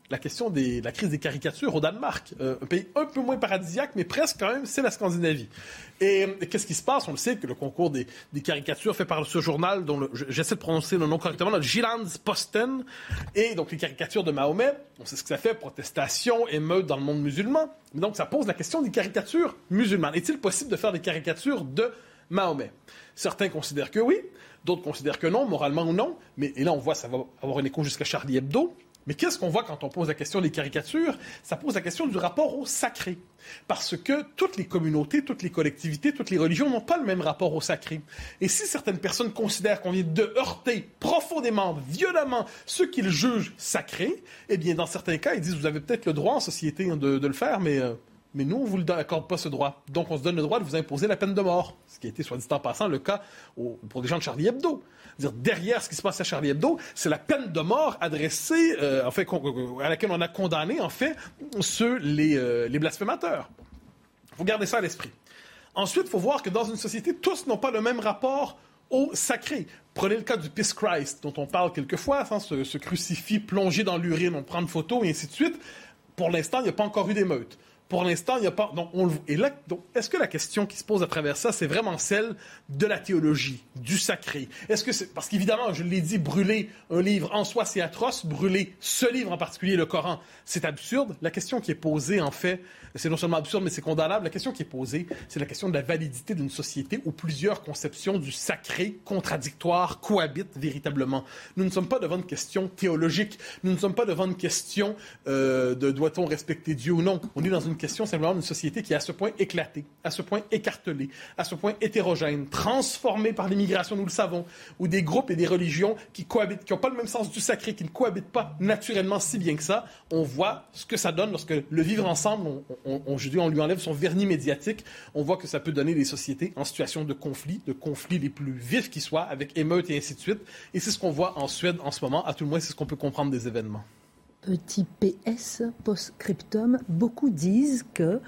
la question des, de la crise des caricatures au Danemark. Euh, un pays un peu moins paradisiaque, mais presque quand même, c'est la Scandinavie. Et, et qu'est-ce qui se passe? On le sait que le concours des, des caricatures fait par ce journal, dont le, j'essaie de prononcer le nom correctement, le Jyllands-Posten, et donc les caricatures de Mahomet, on sait ce que ça fait, protestation, émeute dans le monde musulman. Mais donc ça pose la question des caricatures musulmanes. Est-il possible de faire des caricatures de Mahomet? Certains considèrent que oui, d'autres considèrent que non, moralement ou non, mais et là on voit ça va avoir un écho jusqu'à Charlie Hebdo. Mais qu'est-ce qu'on voit quand on pose la question des caricatures? Ça pose la question du rapport au sacré. Parce que toutes les communautés, toutes les collectivités, toutes les religions n'ont pas le même rapport au sacré. Et si certaines personnes considèrent qu'on vient de heurter profondément, violemment, ce qu'ils jugent sacré, eh bien, dans certains cas, ils disent, vous avez peut-être le droit en société hein, de, de le faire, mais... Euh, Mais nous, on ne vous accorde pas ce droit. Donc, on se donne le droit de vous imposer la peine de mort. Ce qui a été, soit dit en passant, le cas au, pour des gens de Charlie Hebdo. C'est-à-dire, derrière ce qui se passe à Charlie Hebdo, c'est la peine de mort adressée, euh, en fait, à laquelle on a condamné, en fait, ceux, les, euh, les blasphémateurs. Il faut garder ça à l'esprit. Ensuite, il faut voir que dans une société, tous n'ont pas le même rapport au sacré. Prenez le cas du Peace Christ, dont on parle quelquefois, hein, ce, ce crucifix plongé dans l'urine, on prend une photo, et ainsi de suite. Pour l'instant, il n'y a pas encore eu d'émeute. Pour l'instant, il n'y a pas... Donc, on... Et là, donc, est-ce que la question qui se pose à travers ça, c'est vraiment celle de la théologie, du sacré? Est-ce que c'est... Parce qu'évidemment, je l'ai dit, brûler un livre en soi, c'est atroce. Brûler ce livre en particulier, le Coran, c'est absurde. La question qui est posée, en fait, c'est non seulement absurde, mais c'est condamnable. La question qui est posée, c'est la question de la validité d'une société où plusieurs conceptions du sacré contradictoires cohabitent véritablement. Nous ne sommes pas devant une question théologique. Nous ne sommes pas devant une question euh, de doit-on respecter Dieu ou non. On est dans une question simplement d'une société qui est à ce point éclatée, à ce point écartelée, à ce point hétérogène, transformée par l'immigration, nous le savons, où des groupes et des religions qui cohabitent, qui n'ont pas le même sens du sacré, qui ne cohabitent pas naturellement si bien que ça. On voit ce que ça donne lorsque le vivre ensemble, on, on, on, je dis, on lui enlève son vernis médiatique. On voit que ça peut donner des sociétés en situation de conflit, de conflits les plus vifs qui soient, avec émeutes et ainsi de suite. Et c'est ce qu'on voit en Suède en ce moment. À tout le moins, c'est ce qu'on peut comprendre des événements. Petit P S post-scriptum, beaucoup disent que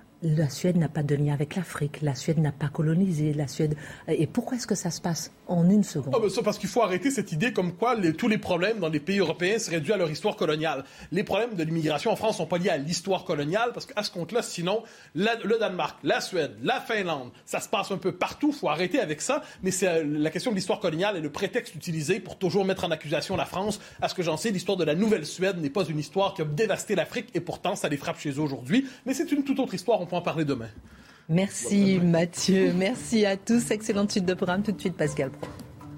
la Suède n'a pas de lien avec l'Afrique, la Suède n'a pas colonisé, la Suède... Et pourquoi est-ce que ça se passe en une seconde? Ah ben ça, parce qu'il faut arrêter cette idée comme quoi les, tous les problèmes dans les pays européens seraient dus à leur histoire coloniale. Les problèmes de l'immigration en France ne sont pas liés à l'histoire coloniale, parce qu'à ce compte-là, sinon, la, le Danemark, la Suède, la Finlande, ça se passe un peu partout, il faut arrêter avec ça, mais c'est la question de l'histoire coloniale est le prétexte utilisé pour toujours mettre en accusation la France. À ce que j'en sais, l'histoire de la Nouvelle-Suède n'est pas une histoire qui a dévasté l'Afrique, et pourtant, ça les frappe chez eux aujourd'hui, mais c'est une toute autre histoire, on peut en parler demain. Merci Mathieu, merci à tous. Excellente suite de programme. Tout de suite, Pascal Pro.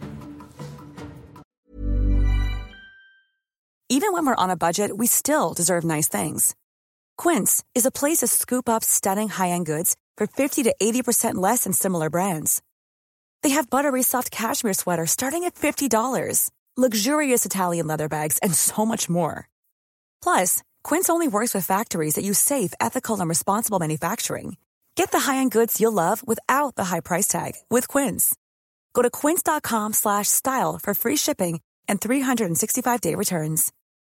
Even when we're on a budget, we still deserve nice things. Quince is a place to scoop up stunning high-end goods for fifty to eighty percent less than similar brands. They have buttery soft cashmere sweaters starting at fifty dollars, luxurious Italian leather bags, and so much more. Plus, Quince only works with factories that use safe, ethical, and responsible manufacturing. Get the high-end goods you'll love without the high price tag with Quince. Go to quince.com slash style for free shipping and three sixty-five day returns.